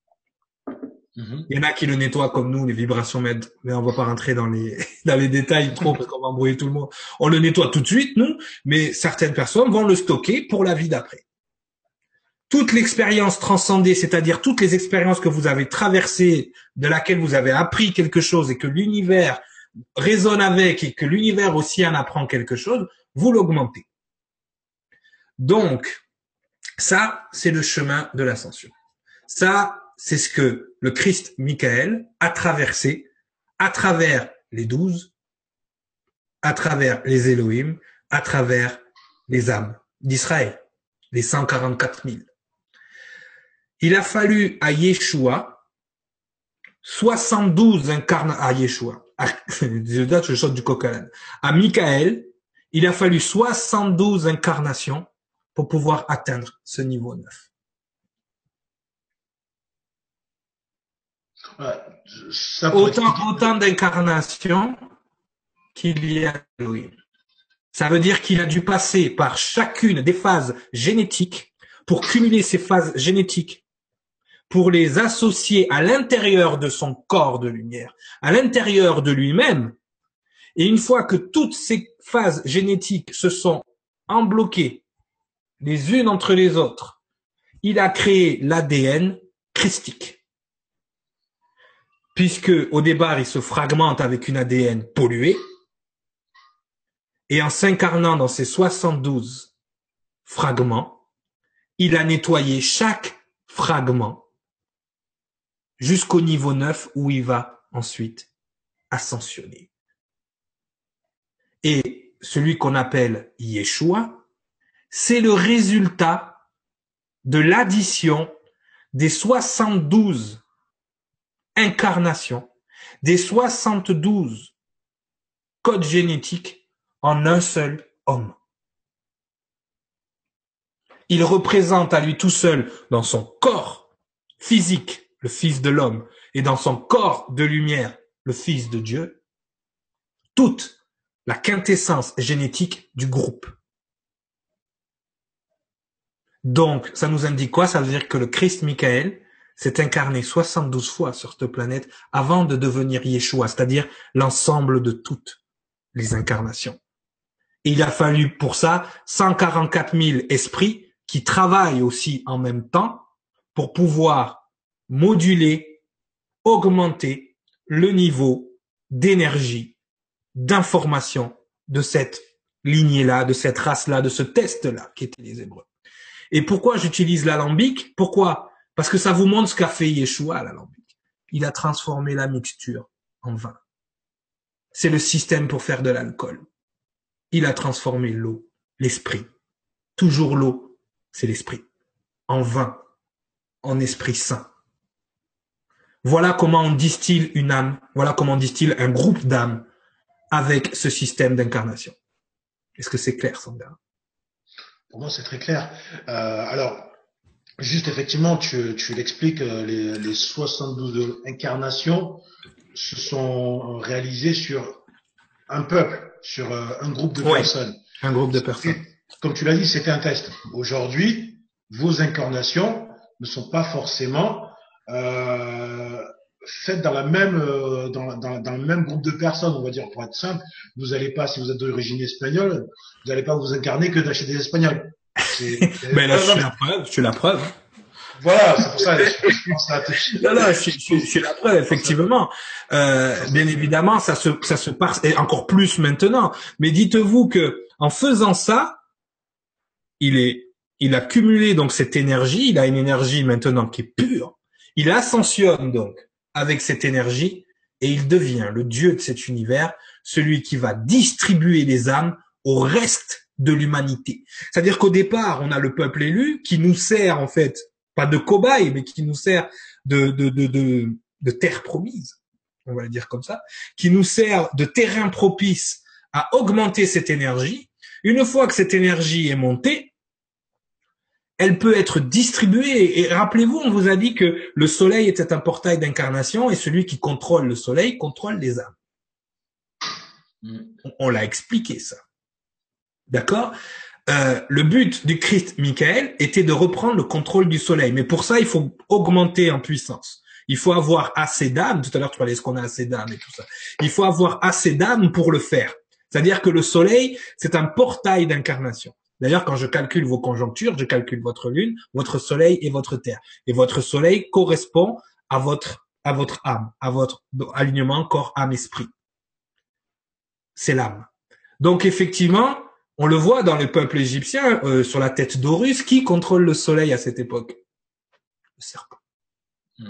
Mhm. Il y en a qui le nettoient comme nous, les vibrations m'aident, mais on va pas rentrer dans les dans les détails trop parce qu'on va embrouiller tout le monde. On le nettoie tout de suite nous, mais certaines personnes vont le stocker pour la vie d'après. Toute l'expérience transcendée, c'est-à-dire toutes les expériences que vous avez traversées, de laquelle vous avez appris quelque chose et que l'univers résonne avec et que l'univers aussi en apprend quelque chose, vous l'augmentez. Donc, ça, c'est le chemin de l'ascension. Ça, c'est ce que le Christ Michael a traversé à travers les douze, à travers les Elohim, à travers les âmes d'Israël, les cent quarante-quatre mille. Il a fallu à Yeshua soixante-douze incarnations, à Yeshua, à, je saute du coq à l'âne, à Michael, il a fallu soixante-douze incarnations pour pouvoir atteindre ce niveau neuf. Ouais, ça pour Autant, expliquer. autant d'incarnations qu'il y a Elohim. Ça veut dire qu'il a dû passer par chacune des phases génétiques pour cumuler ces phases génétiques, pour les associer à l'intérieur de son corps de lumière, à l'intérieur de lui-même. Et une fois que toutes ces phases génétiques se sont embloquées les unes entre les autres, il a créé l'A D N christique. Puisque au départ, il se fragmente avec une A D N polluée, et en s'incarnant dans ces soixante-douze fragments, il a nettoyé chaque fragment jusqu'au niveau neuf où il va ensuite ascensionner. Et celui qu'on appelle Yeshua, c'est le résultat de l'addition des soixante-douze incarnations, des soixante-douze codes génétiques en un seul homme. Il représente à lui tout seul, dans son corps physique, le Fils de l'homme, et dans son corps de lumière, le Fils de Dieu, toute la quintessence génétique du groupe. Donc, ça nous indique quoi? Ça veut dire que le Christ Michael s'est incarné soixante-douze fois sur cette planète avant de devenir Yeshua, c'est-à-dire l'ensemble de toutes les incarnations. Et il a fallu pour ça cent quarante-quatre mille esprits qui travaillent aussi en même temps pour pouvoir moduler, augmenter le niveau d'énergie, d'information de cette lignée-là, de cette race-là, de ce test-là qui étaient les Hébreux. Et pourquoi j'utilise l'alambic? Pourquoi Parce que ça vous montre ce qu'a fait Yeshua, l'alambic. Il a transformé la mixture en vin. C'est le système pour faire de l'alcool. Il a transformé l'eau, l'esprit. Toujours l'eau, c'est l'esprit. En vin, en esprit saint. Voilà comment on distille une âme. Voilà comment on distille un groupe d'âmes avec ce système d'incarnation. Est-ce que c'est clair, Sandra? Pour moi, c'est très clair. Euh, alors, juste effectivement, tu, tu l'expliques, les, les soixante-douze incarnations se sont réalisées sur un peuple, sur un groupe de ouais, personnes. Un groupe de personnes. Et, comme tu l'as dit, c'était un test. Aujourd'hui, vos incarnations ne sont pas forcément euh, faites dans la même euh, dans, dans, dans le même groupe de personnes, on va dire, pour être simple. Vous n'allez pas, si vous êtes d'origine espagnole, vous n'allez pas vous incarner que d'acheter des Espagnols. C'est, ben là, je suis la preuve, je suis la preuve. Voilà, c'est pour ça que je pense à Là, là, je, je, je suis la preuve, effectivement. Euh, bien évidemment, ça se, ça se passe, et encore plus maintenant. Mais dites-vous que, en faisant ça, il est, il a cumulé donc cette énergie, il a une énergie maintenant qui est pure. Il ascensionne donc avec cette énergie et il devient le Dieu de cet univers, celui qui va distribuer les âmes au reste de l'humanité. C'est-à-dire qu'au départ, on a le peuple élu qui nous sert en fait, pas de cobaye, mais qui nous sert de, de, de, de, de terre promise, on va le dire comme ça, qui nous sert de terrain propice à augmenter cette énergie. Une fois que cette énergie est montée, elle peut être distribuée. Et rappelez-vous, on vous a dit que le soleil était un portail d'incarnation et celui qui contrôle le soleil contrôle les âmes. Mm. On l'a expliqué ça. D'accord ? Euh, le but du Christ Michael était de reprendre le contrôle du soleil. Mais pour ça, il faut augmenter en puissance. Il faut avoir assez d'âmes. Tout à l'heure, tu parlais, est-ce qu'on a assez d'âmes et tout ça. Il faut avoir assez d'âmes pour le faire. C'est-à-dire que le soleil, c'est un portail d'incarnation. D'ailleurs, quand je calcule vos conjonctures, je calcule votre lune, votre soleil et votre terre. Et votre soleil correspond à votre, à votre âme, à votre alignement corps, âme, esprit. C'est l'âme. Donc, effectivement, on le voit dans le peuple égyptien, euh, sur la tête d'Horus, qui contrôle le soleil à cette époque? Le serpent. Hmm.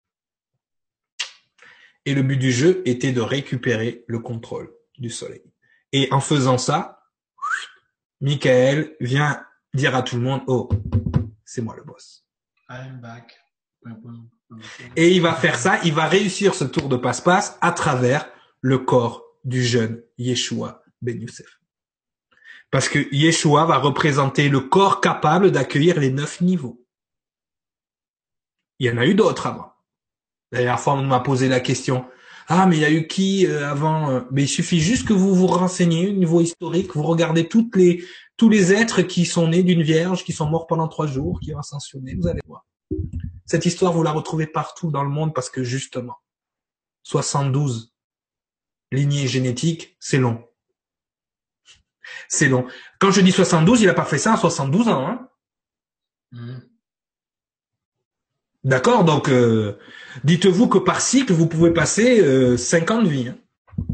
Et le but du jeu était de récupérer le contrôle du soleil. Et en faisant ça, Michael vient dire à tout le monde, oh, c'est moi le boss. I'm back. Et il va faire ça, il va réussir ce tour de passe-passe à travers le corps du jeune Yeshua Ben Youssef. Parce que Yeshua va représenter le corps capable d'accueillir les neuf niveaux. Il y en a eu d'autres avant. La dernière fois, on m'a posé la question, ah, mais il y a eu qui euh, avant euh, Mais il suffit juste que vous vous renseigniez au niveau historique, vous regardez toutes les tous les êtres qui sont nés d'une vierge, qui sont morts pendant trois jours, qui ont ascensionné, vous allez voir. Cette histoire, vous la retrouvez partout dans le monde parce que justement, soixante-douze lignées génétiques, c'est long. C'est long. Quand je dis soixante-douze, il a pas fait ça à soixante-douze ans. Hein mmh. D'accord, donc euh, dites-vous que par cycle, vous pouvez passer euh, cinquante vies. Hein.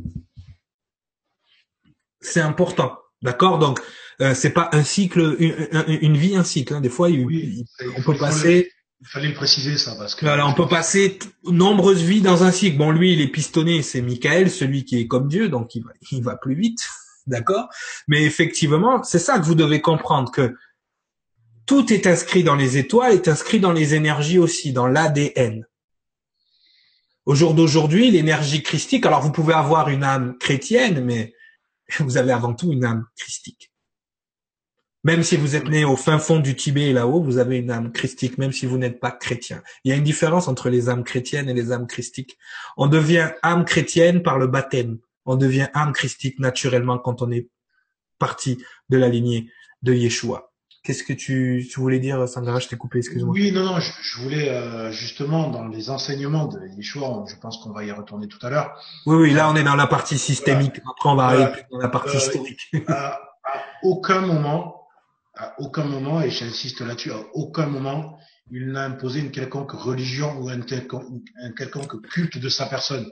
C'est important, d'accord. Donc euh, c'est pas un cycle, une, une vie, un cycle. Hein. Des fois, il, oui, il, on peut passer. Il fallait le préciser ça parce que. Voilà, on peut passer t- nombreuses vies dans un cycle. Bon, lui, il est pistonné, c'est Michael, celui qui est comme Dieu, donc il va, il va plus vite, d'accord. Mais effectivement, c'est ça que vous devez comprendre que. Tout est inscrit dans les étoiles, est inscrit dans les énergies aussi, dans l'A D N. Au jour d'aujourd'hui, l'énergie christique, alors vous pouvez avoir une âme chrétienne, mais vous avez avant tout une âme christique. Même si vous êtes né au fin fond du Tibet là-haut, vous avez une âme christique, même si vous n'êtes pas chrétien. Il y a une différence entre les âmes chrétiennes et les âmes christiques. On devient âme chrétienne par le baptême. On devient âme christique naturellement quand on est parti de la lignée de Yeshua. Qu'est-ce que tu, tu voulais dire, Sandra? Je t'ai coupé, excuse-moi. Oui, non, non, je, je voulais euh, justement dans les enseignements de Yeshua, je pense qu'on va y retourner tout à l'heure. Oui, oui, là on est dans la partie systémique. Voilà. Après on va Voilà. arriver dans la partie euh, historique. À, à aucun moment, à aucun moment, et j'insiste là-dessus, à aucun moment, il n'a imposé une quelconque religion ou un quelconque, un quelconque culte de sa personne.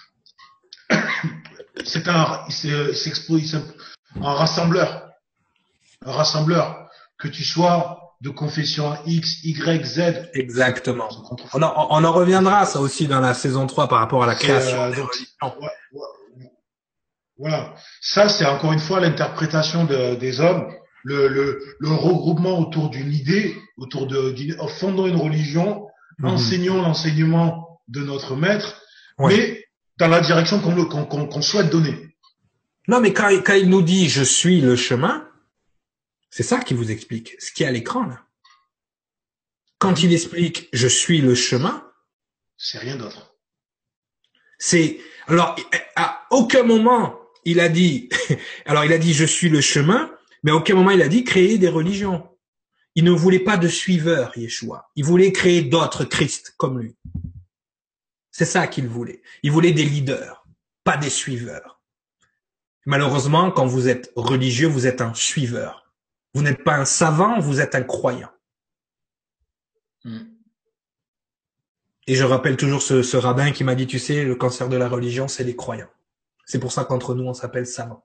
C'est un, il s'expose, un rassembleur, un rassembleur. Que tu sois de confession X, Y, Z. Exactement. On en, on en reviendra ça aussi dans la saison trois par rapport à la création euh, des donc, religions. ouais, ouais, voilà. Ça, c'est encore une fois l'interprétation de, des hommes, le, le, le regroupement autour d'une idée, autour de, d'une, fondant une religion, mm-hmm. enseignons l'enseignement de notre maître, ouais. mais dans la direction qu'on, qu'on, qu'on, qu'on souhaite donner. Non, mais quand, quand il nous dit « je suis le chemin », c'est ça qu'il vous explique, ce qui est à l'écran là. Quand il explique « je suis le chemin », c'est rien d'autre. C'est alors à aucun moment il a dit alors il a dit « je suis le chemin », mais à aucun moment il a dit créer des religions. Il ne voulait pas de suiveurs, Yeshua. Il voulait créer d'autres Christ comme lui. C'est ça qu'il voulait. Il voulait des leaders, pas des suiveurs. Malheureusement, quand vous êtes religieux, vous êtes un suiveur. Vous n'êtes pas un savant, vous êtes un croyant. Mm. Et je rappelle toujours ce, ce rabbin qui m'a dit, tu sais, le cancer de la religion, c'est les croyants. C'est pour ça qu'entre nous, on s'appelle savants.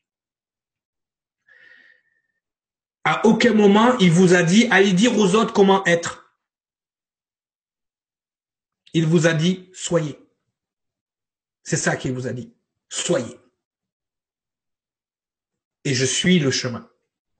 À aucun moment, il vous a dit, allez dire aux autres comment être. Il vous a dit, soyez. C'est ça qu'il vous a dit. Soyez. Et je suis le chemin.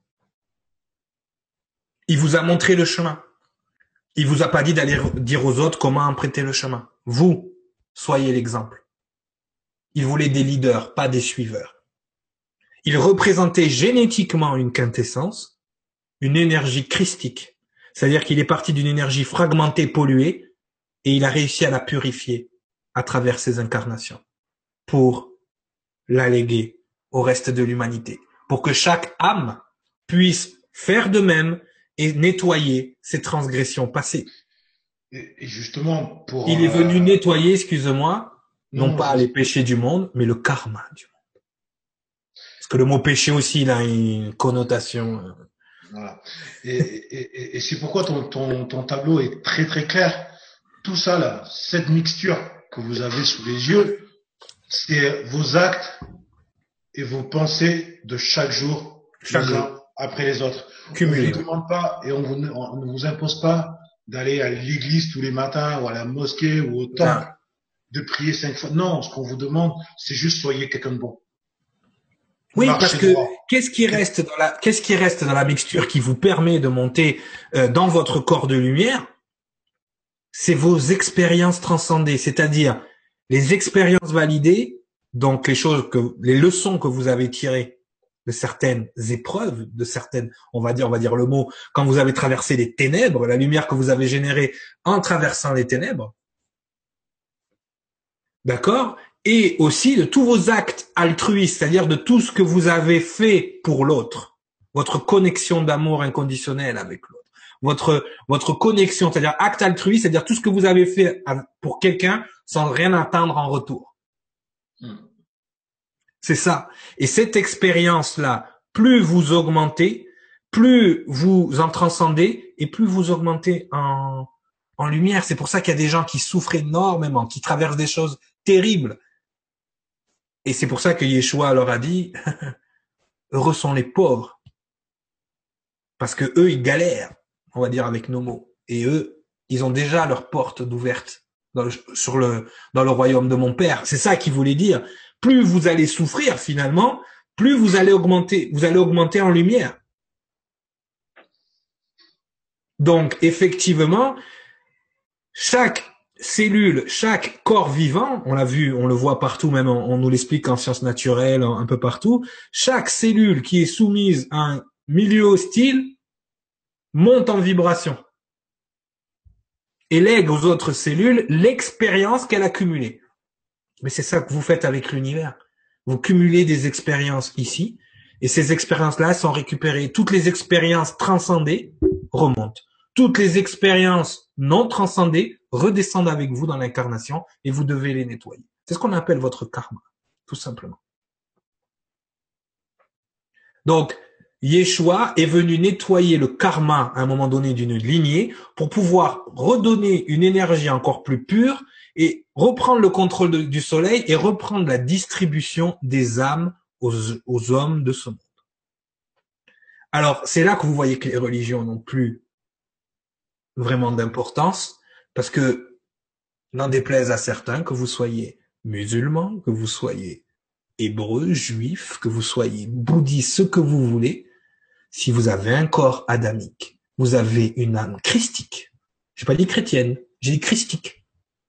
Il vous a montré le chemin. Il vous a pas dit d'aller dire aux autres comment emprunter le chemin. Vous, soyez l'exemple. Il voulait des leaders, pas des suiveurs. Il représentait génétiquement une quintessence, une énergie christique. C'est-à-dire qu'il est parti d'une énergie fragmentée, polluée, et il a réussi à la purifier à travers ses incarnations pour la léguer au reste de l'humanité, pour que chaque âme puisse faire de même et nettoyer ses transgressions passées. Et, et justement, pour... Il est euh... venu nettoyer, excuse-moi, non, non pas je... les péchés du monde, mais le karma du monde. Parce que le mot péché aussi, il a une connotation... Voilà. Et, et, et, et c'est pourquoi ton, ton, ton tableau est très très clair. Tout ça là, cette mixture que vous avez sous les yeux, c'est vos actes et vos pensées de chaque jour, chaque les uns après les autres. Cumulé. On ne vous demande pas et on, vous, on ne vous impose pas d'aller à l'église tous les matins ou à la mosquée ou au temple, ah. de prier cinq fois. Non, ce qu'on vous demande, c'est juste soyez quelqu'un de bon. Oui, parce que qu'est-ce qui reste dans la qu'est-ce qui reste dans la mixture qui vous permet de monter euh, dans votre corps de lumière? C'est vos expériences transcendées, c'est-à-dire les expériences validées, donc les choses que les leçons que vous avez tirées de certaines épreuves, de certaines, on va dire, on va dire le mot, quand vous avez traversé les ténèbres, la lumière que vous avez générée en traversant les ténèbres. D'accord? Et aussi de tous vos actes altruistes, c'est-à-dire de tout ce que vous avez fait pour l'autre, votre connexion d'amour inconditionnel avec l'autre, votre votre connexion, c'est-à-dire acte altruiste, c'est-à-dire tout ce que vous avez fait pour quelqu'un sans rien attendre en retour. Hmm. C'est ça. Et cette expérience-là, plus vous augmentez, plus vous en transcendez et plus vous augmentez en en lumière. C'est pour ça qu'il y a des gens qui souffrent énormément, qui traversent des choses terribles. Et c'est pour ça que Yeshua leur a dit, heureux sont les pauvres. Parce que eux, ils galèrent, on va dire avec nos mots. Et eux, ils ont déjà leur porte ouverte dans le, sur le, dans le royaume de mon Père. C'est ça qu'il voulait dire. Plus vous allez souffrir finalement, plus vous allez augmenter, vous allez augmenter en lumière. Donc, effectivement, chaque cellule, chaque corps vivant, on l'a vu, on le voit partout, même on, on nous l'explique en sciences naturelles, un peu partout, chaque cellule qui est soumise à un milieu hostile monte en vibration et lègue aux autres cellules l'expérience qu'elle a cumulée. Mais c'est ça que vous faites avec l'univers. Vous cumulez des expériences ici et ces expériences-là sont récupérées. Toutes les expériences transcendées remontent. Toutes les expériences non transcendées redescendent avec vous dans l'incarnation et vous devez les nettoyer. C'est ce qu'on appelle votre karma, tout simplement. Donc, Yeshua est venu nettoyer le karma à un moment donné d'une lignée pour pouvoir redonner une énergie encore plus pure et reprendre le contrôle de, du soleil et reprendre la distribution des âmes aux, aux hommes de ce monde. Alors, c'est là que vous voyez que les religions n'ont plus vraiment d'importance, parce que, n'en déplaise à certains, que vous soyez musulmans, que vous soyez hébreux, juifs, que vous soyez bouddhistes, ce que vous voulez, si vous avez un corps adamique, vous avez une âme christique. J'ai pas dit chrétienne, j'ai dit christique.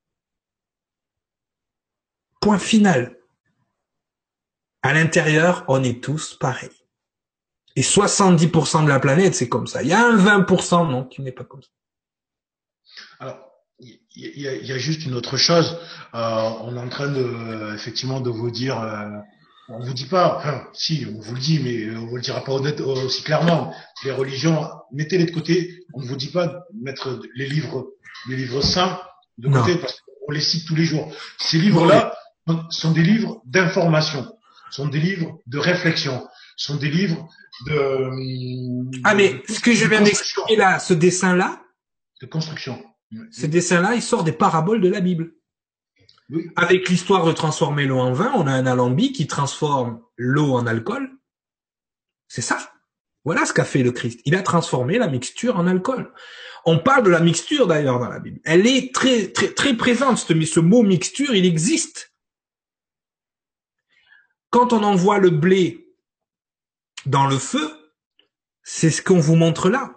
Point final. À l'intérieur, on est tous pareils. Et soixante-dix pour cent de la planète, c'est comme ça. Il y a un vingt pour cent, non, qui n'est pas comme ça. Alors, il y, y, a, y a juste une autre chose. Euh, on est en train de, effectivement, de vous dire, euh, on vous dit pas, enfin, si, on vous le dit, mais on vous le dira pas honnête, aussi clairement. Les religions, mettez-les de côté. On ne vous dit pas de mettre les livres, les livres saints de côté, non, parce qu'on les cite tous les jours. Ces livres-là sont des livres d'information, sont des livres de réflexion, sont des livres de... Ah, mais ce que je viens d'expliquer là, ce dessin-là, de construction. Ce dessin-là, il sort des paraboles de la Bible. Oui. Avec l'histoire de transformer l'eau en vin, on a un alambic qui transforme l'eau en alcool. C'est ça. Voilà ce qu'a fait le Christ. Il a transformé la mixture en alcool. On parle de la mixture d'ailleurs dans la Bible. Elle est très très très présente. Ce, ce mot mixture, il existe. Quand on envoie le blé dans le feu, c'est ce qu'on vous montre là.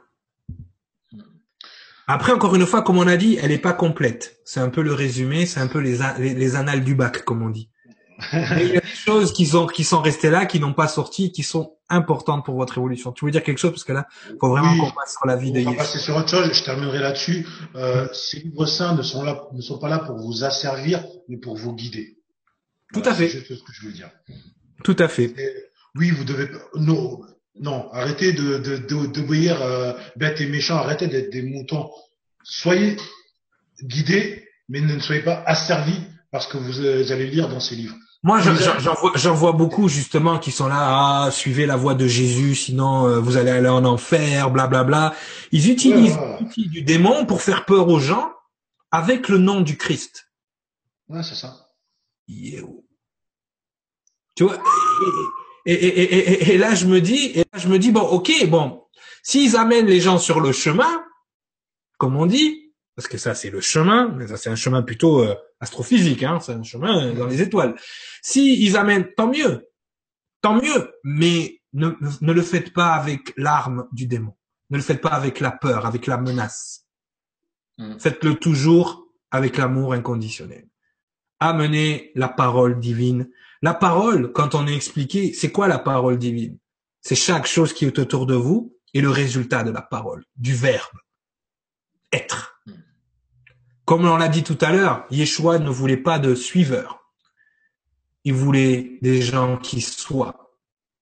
Après, encore une fois, comme on a dit, elle n'est pas complète. C'est un peu le résumé, c'est un peu les, les, les annales du bac, comme on dit. Mais il y a des choses qui sont, qui sont restées là, qui n'ont pas sorti, qui sont importantes pour votre évolution. Tu veux dire quelque chose? Parce que là, il faut vraiment oui, qu'on passe sur la vie de Yeshua. On va passer sur autre chose, je terminerai là-dessus. Euh, ces livres saints ne sont là, ne sont pas là pour vous asservir, mais pour vous guider. Tout voilà, à fait. C'est juste ce que je veux dire. Tout à fait. Et, oui, vous devez, non, non, arrêtez de, de, de, d'obéir, euh, bêtes et méchants, arrêtez d'être des moutons. Soyez guidés, mais ne soyez pas asservis parce que vous, euh, vous allez lire dans ces livres. Moi, j'en, j'en, vois, j'en vois beaucoup justement qui sont là, ah, suivez la voie de Jésus, sinon euh, vous allez aller en enfer, blablabla. Bla, bla. Ils utilisent ouais, ouais. l'outil du démon pour faire peur aux gens avec le nom du Christ. Ouais, c'est ça. Yeah. Tu vois, et, et, et, et, et là je me dis, et là je me dis bon, ok, bon, s'ils amènent les gens sur le chemin, comme on dit, parce que ça c'est le chemin, mais ça c'est un chemin plutôt euh, astrophysique, hein, c'est un chemin dans les étoiles. Si ils amènent, tant mieux, tant mieux, mais ne, ne le faites pas avec l'arme du démon, ne le faites pas avec la peur, avec la menace. Mm. Faites-le toujours avec l'amour inconditionnel. Amenez la parole divine. La parole, quand on est expliqué, c'est quoi la parole divine? C'est chaque chose qui est autour de vous et le résultat de la parole, du verbe. Être. Comme on l'a dit tout à l'heure, Yeshua ne voulait pas de suiveurs. Il voulait des gens qui soient.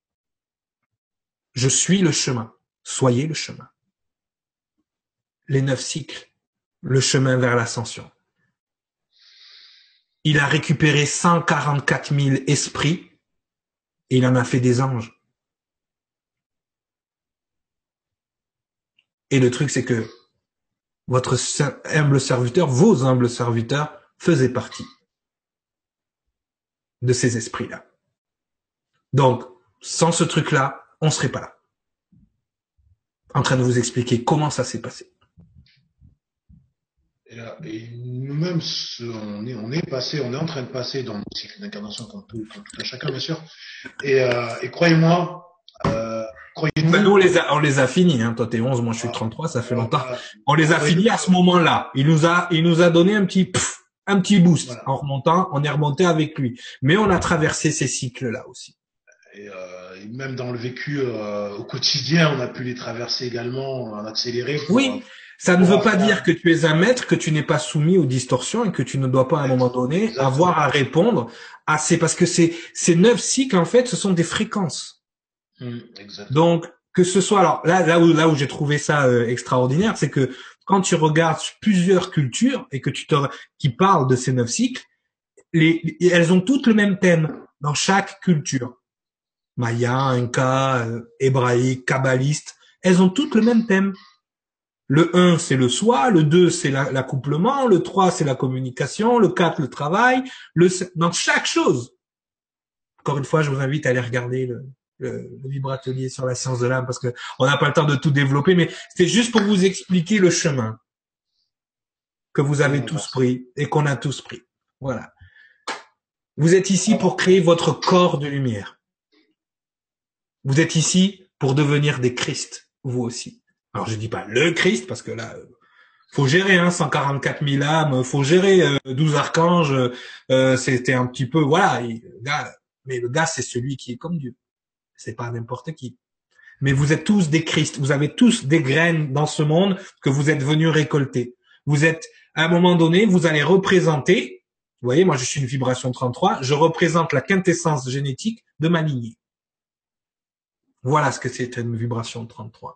Je suis le chemin. Soyez le chemin. Les neuf cycles. Le chemin vers l'ascension. Il a récupéré cent quarante-quatre mille esprits et il en a fait des anges. Et le truc, c'est que votre humble serviteur, vos humbles serviteurs, faisaient partie de ces esprits-là. Donc, sans ce truc-là, on ne serait pas là. En train de vous expliquer comment ça s'est passé. Et, là, et nous-mêmes, on est, on est passé, on est en train de passer dans le cycle d'incarnation comme tout, comme tout à chacun, bien sûr. Et, euh, et croyez-moi, euh, croyez-nous. Ben nous, on les a, on les a finis, hein. Toi, t'es onze, moi, je suis trente-trois, ça fait longtemps. Euh, on les a finis à ce moment-là. Il nous a, il nous a donné un petit, pff, un petit boost. Voilà. En remontant, on est remonté avec lui. Mais on a traversé ces cycles-là aussi. Et, euh, et même dans le vécu euh, au quotidien, on a pu les traverser également en accéléré. Pour, oui. Ça ne veut pas dire que tu es un maître, que tu n'es pas soumis aux distorsions et que tu ne dois pas à un moment donné Exactement. avoir à répondre à ces, parce que ces, ces neuf cycles, en fait, ce sont des fréquences. Mmh, Donc, que ce soit, alors, là, là où, là où j'ai trouvé ça euh, extraordinaire, c'est que quand tu regardes plusieurs cultures et que tu te, qui parlent de ces neuf cycles, les, elles ont toutes le même thème dans chaque culture. Maya, Inca, euh, hébraïque, kabbaliste, elles ont toutes le même thème. Le un, c'est le soi, le deux, c'est la, l'accouplement, le trois, c'est la communication, le quatre, le travail, le dans chaque chose. Encore une fois, je vous invite à aller regarder le, le, le vibratelier sur la science de l'âme, parce que on n'a pas le temps de tout développer, mais c'était juste pour vous expliquer le chemin que vous avez tous pris et qu'on a tous pris. Voilà. Vous êtes ici pour créer votre corps de lumière. Vous êtes ici pour devenir des Christ, vous aussi. Alors je dis pas le Christ, parce que là, faut gérer hein, cent quarante-quatre mille âmes, faut gérer euh, douze archanges, euh, c'était un petit peu, voilà, il, le gars, mais le gars c'est celui qui est comme Dieu. C'est pas n'importe qui. Mais vous êtes tous des Christ, vous avez tous des graines dans ce monde que vous êtes venus récolter. Vous êtes, à un moment donné, vous allez représenter, vous voyez, moi je suis une vibration trente-trois, je représente la quintessence génétique de ma lignée. Voilà ce que c'est une vibration trente-trois.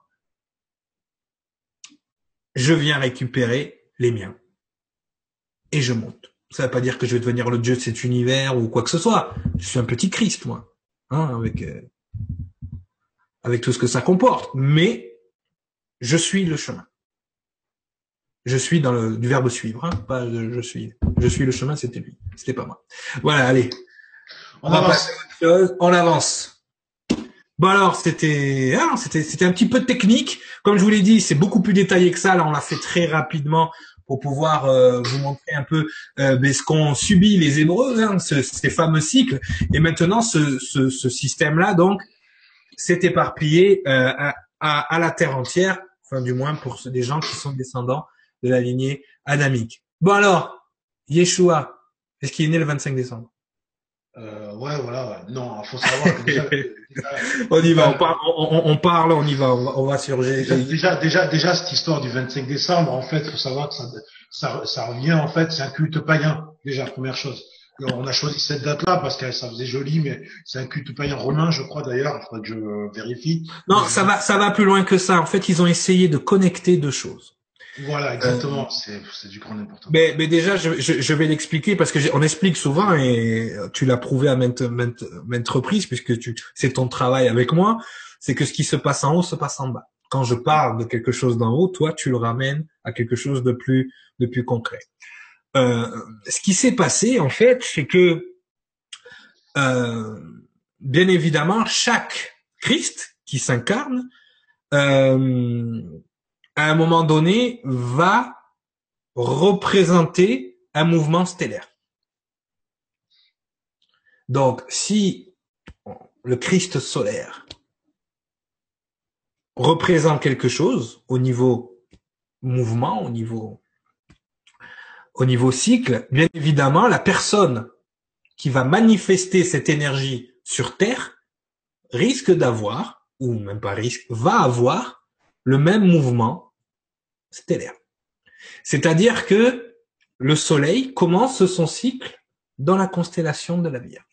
Je viens récupérer les miens. Et je monte. Ça ne veut pas dire que je vais devenir le dieu de cet univers ou quoi que ce soit. Je suis un petit Christ, moi. Hein, avec, euh, avec tout ce que ça comporte. Mais je suis le chemin. Je suis dans le du verbe suivre, hein, pas je, je suis. Je suis le chemin, c'était lui. C'était pas moi. Voilà, allez. On, on avance. Chose. On avance. Bon alors c'était ah, c'était c'était un petit peu technique. Comme je vous l'ai dit, c'est beaucoup plus détaillé que ça. Là, on l'a fait très rapidement pour pouvoir euh, vous montrer un peu euh, ben, ce qu'ont subi les Hébreux, hein, ce, ces fameux cycles. Et maintenant, ce, ce, ce système-là, donc, s'est éparpillé euh, à, à, à la terre entière, enfin du moins pour ceux des gens qui sont descendants de la lignée adamique. Bon alors, Yeshua, est-ce qu'il est né le vingt-cinq décembre? Euh, ouais, voilà. Ouais. Non, il faut savoir que déjà, déjà on y va, on parle, on, on parle, on y va, on va, on va surger. Déjà, déjà, déjà, déjà, cette histoire du vingt-cinq décembre, en fait, faut savoir que ça, ça, ça revient, en fait, c'est un culte païen. Déjà, première chose. Alors, on a choisi cette date-là parce que ça faisait joli, mais c'est un culte païen romain, je crois d'ailleurs. Il faudrait que je vérifie. Non, mais ça je... va, ça va plus loin que ça. En fait, ils ont essayé de connecter deux choses. Voilà, exactement. Euh, c'est, c'est du grand n'importe quoi. Mais, mais déjà, je, je, je vais l'expliquer parce que on explique souvent et tu l'as prouvé à maintes, maintes, maintes reprises puisque tu, c'est ton travail avec moi. C'est que ce qui se passe en haut se passe en bas. Quand je parle de quelque chose d'en haut, toi, tu le ramènes à quelque chose de plus, de plus concret. Euh, ce qui s'est passé, en fait, c'est que, euh, bien évidemment, chaque Christ qui s'incarne, euh, à un moment donné, va représenter un mouvement stellaire. Donc, si le Christ solaire représente quelque chose au niveau mouvement, au niveau, au niveau cycle, bien évidemment, la personne qui va manifester cette énergie sur Terre risque d'avoir, ou même pas risque, va avoir le même mouvement stellaire. C'est-à-dire que le Soleil commence son cycle dans la constellation de la Vierge.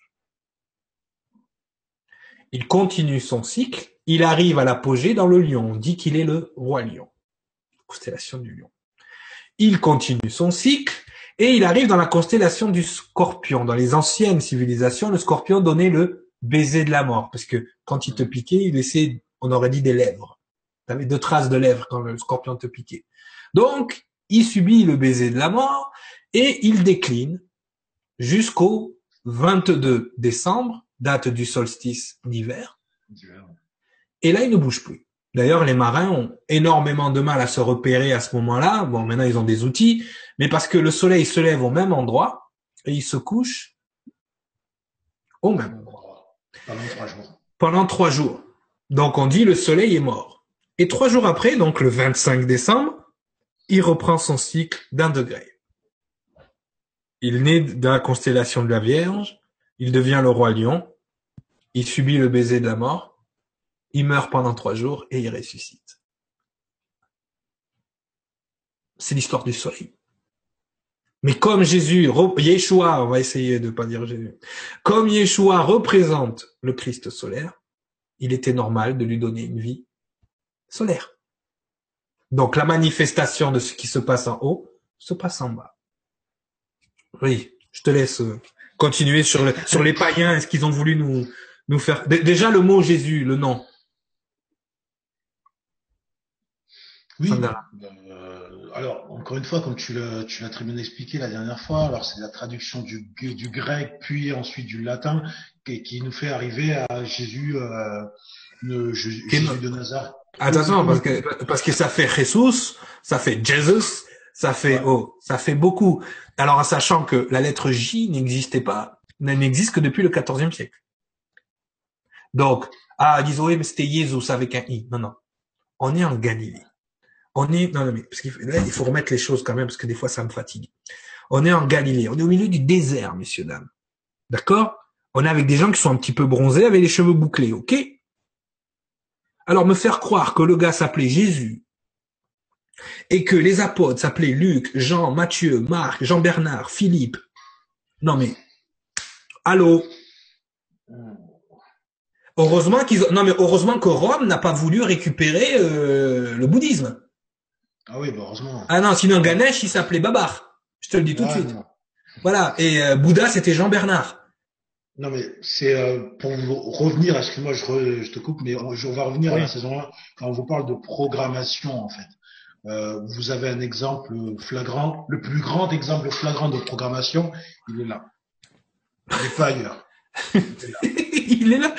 Il continue son cycle, il arrive à l'apogée dans le Lion, on dit qu'il est le roi Lion, constellation du Lion. Il continue son cycle et il arrive dans la constellation du Scorpion. Dans les anciennes civilisations, le Scorpion donnait le baiser de la mort, parce que quand il te piquait, il laissait, on aurait dit des lèvres. Tu avais deux traces de lèvres quand le Scorpion te piquait. Donc, il subit le baiser de la mort et il décline jusqu'au vingt-deux décembre, date du solstice d'hiver. Et là, il ne bouge plus. D'ailleurs, les marins ont énormément de mal à se repérer à ce moment-là. Bon, maintenant, ils ont des outils, mais parce que le soleil se lève au même endroit et il se couche au même endroit. Pendant trois jours. Pendant trois jours. Donc, on dit le soleil est mort. Et trois jours après, donc le vingt-cinq décembre, il reprend son cycle d'un degré. Il naît de la constellation de la Vierge, il devient le roi Lion, il subit le baiser de la mort, il meurt pendant trois jours et il ressuscite. C'est l'histoire du soleil. Mais comme Jésus, Yeshua, on va essayer de pas dire Jésus, comme Yeshua représente le Christ solaire, il était normal de lui donner une vie solaire. Donc la manifestation de ce qui se passe en haut se passe en bas. Oui, je te laisse continuer sur, le, sur les païens. Est-ce qu'ils ont voulu nous, nous faire... Déjà le mot Jésus, le nom. Oui. Euh, alors, encore une fois, comme tu l'as, tu l'as très bien expliqué la dernière fois, alors c'est la traduction du, du grec, puis ensuite du latin, et qui nous fait arriver à Jésus, euh, le, Jésus de Nazareth. Attention, parce que, parce que ça fait Jesus, ça fait Jesus, ça fait, ouais. oh, ça fait beaucoup. Alors, en sachant que la lettre J n'existait pas, n'existe que depuis le quatorzième siècle. Donc, ah, ils disent, oui, mais c'était Jesus avec un I. Non, non. On est en Galilée. On est, non, non, mais, parce qu'il faut, là, il faut remettre les choses quand même, parce que des fois, ça me fatigue. On est en Galilée. On est au milieu du désert, messieurs, dames. D'accord? On est avec des gens qui sont un petit peu bronzés, avec les cheveux bouclés, ok? Alors, me faire croire que le gars s'appelait Jésus, et que les apôtres s'appelaient Luc, Jean, Matthieu, Marc, Jean-Bernard, Philippe. Non, mais, allô? Heureusement qu'ils ont... non mais heureusement que Rome n'a pas voulu récupérer euh, le bouddhisme. Ah oui, bah heureusement. Ah non, sinon Ganesh il s'appelait Babar. Je te le dis tout ah, de suite. Non. Voilà, et euh, Bouddha c'était Jean Bernard. Non mais c'est euh, pour vous revenir, excuse-moi je, re, je te coupe, mais on, on va revenir oui. à la saison un quand on vous parle de programmation en fait. Euh, vous avez un exemple flagrant, le plus grand exemple flagrant de programmation, il est là. Il n'est pas ailleurs. Il est là.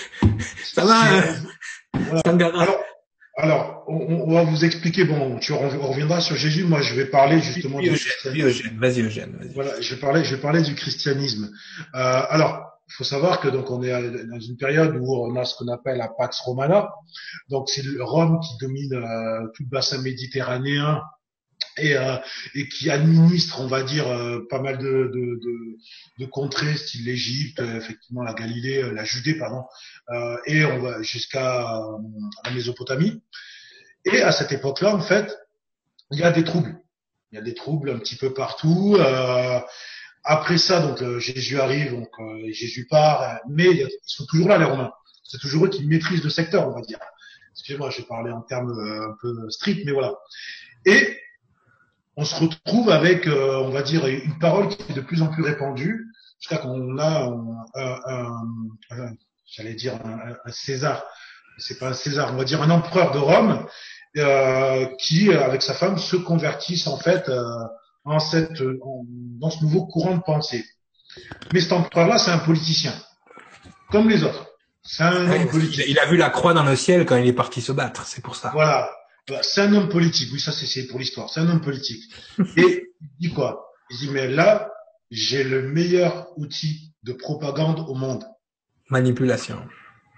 Ça va. Euh, voilà. Alors, alors on, on va vous expliquer. Bon, tu on reviendra sur Jésus. Moi, je vais parler justement du christianisme. Vas-y, Eugène. Vas-y. Voilà, je vais parler. Je vais parler du christianisme. Euh, alors, il faut savoir que donc on est dans une période où on a ce qu'on appelle la Pax Romana. Donc, c'est Rome qui domine euh, tout le bassin méditerranéen. Et, euh, et qui administre, on va dire, euh, pas mal de, de, de, de contrées, style l'Égypte, euh, effectivement la Galilée, euh, la Judée, pardon, euh, et on va jusqu'à euh, la Mésopotamie. Et à cette époque-là, en fait, il y a des troubles. Il y a des troubles un petit peu partout. Euh, après ça, donc euh, Jésus arrive, donc euh, Jésus part, mais ils sont toujours là, les Romains. C'est toujours eux qui maîtrisent le secteur, on va dire. Excusez-moi, je vais parler en termes euh, un peu stricts, mais voilà. Et on se retrouve avec, euh, on va dire, une parole qui est de plus en plus répandue, jusqu'à qu'on a un, un, un, un j'allais dire un, un César, c'est pas un César, on va dire un empereur de Rome, euh, qui, avec sa femme, se convertissent en fait euh, en cette, en, dans ce nouveau courant de pensée. Mais cet empereur-là, c'est un politicien, comme les autres. C'est un homme politique. Il a vu la croix dans le ciel quand il est parti se battre, c'est pour ça. Voilà. C'est un homme politique, oui, ça c'est pour l'histoire, c'est un homme politique. Et il dit quoi? Il dit, mais là, j'ai le meilleur outil de propagande au monde. Manipulation.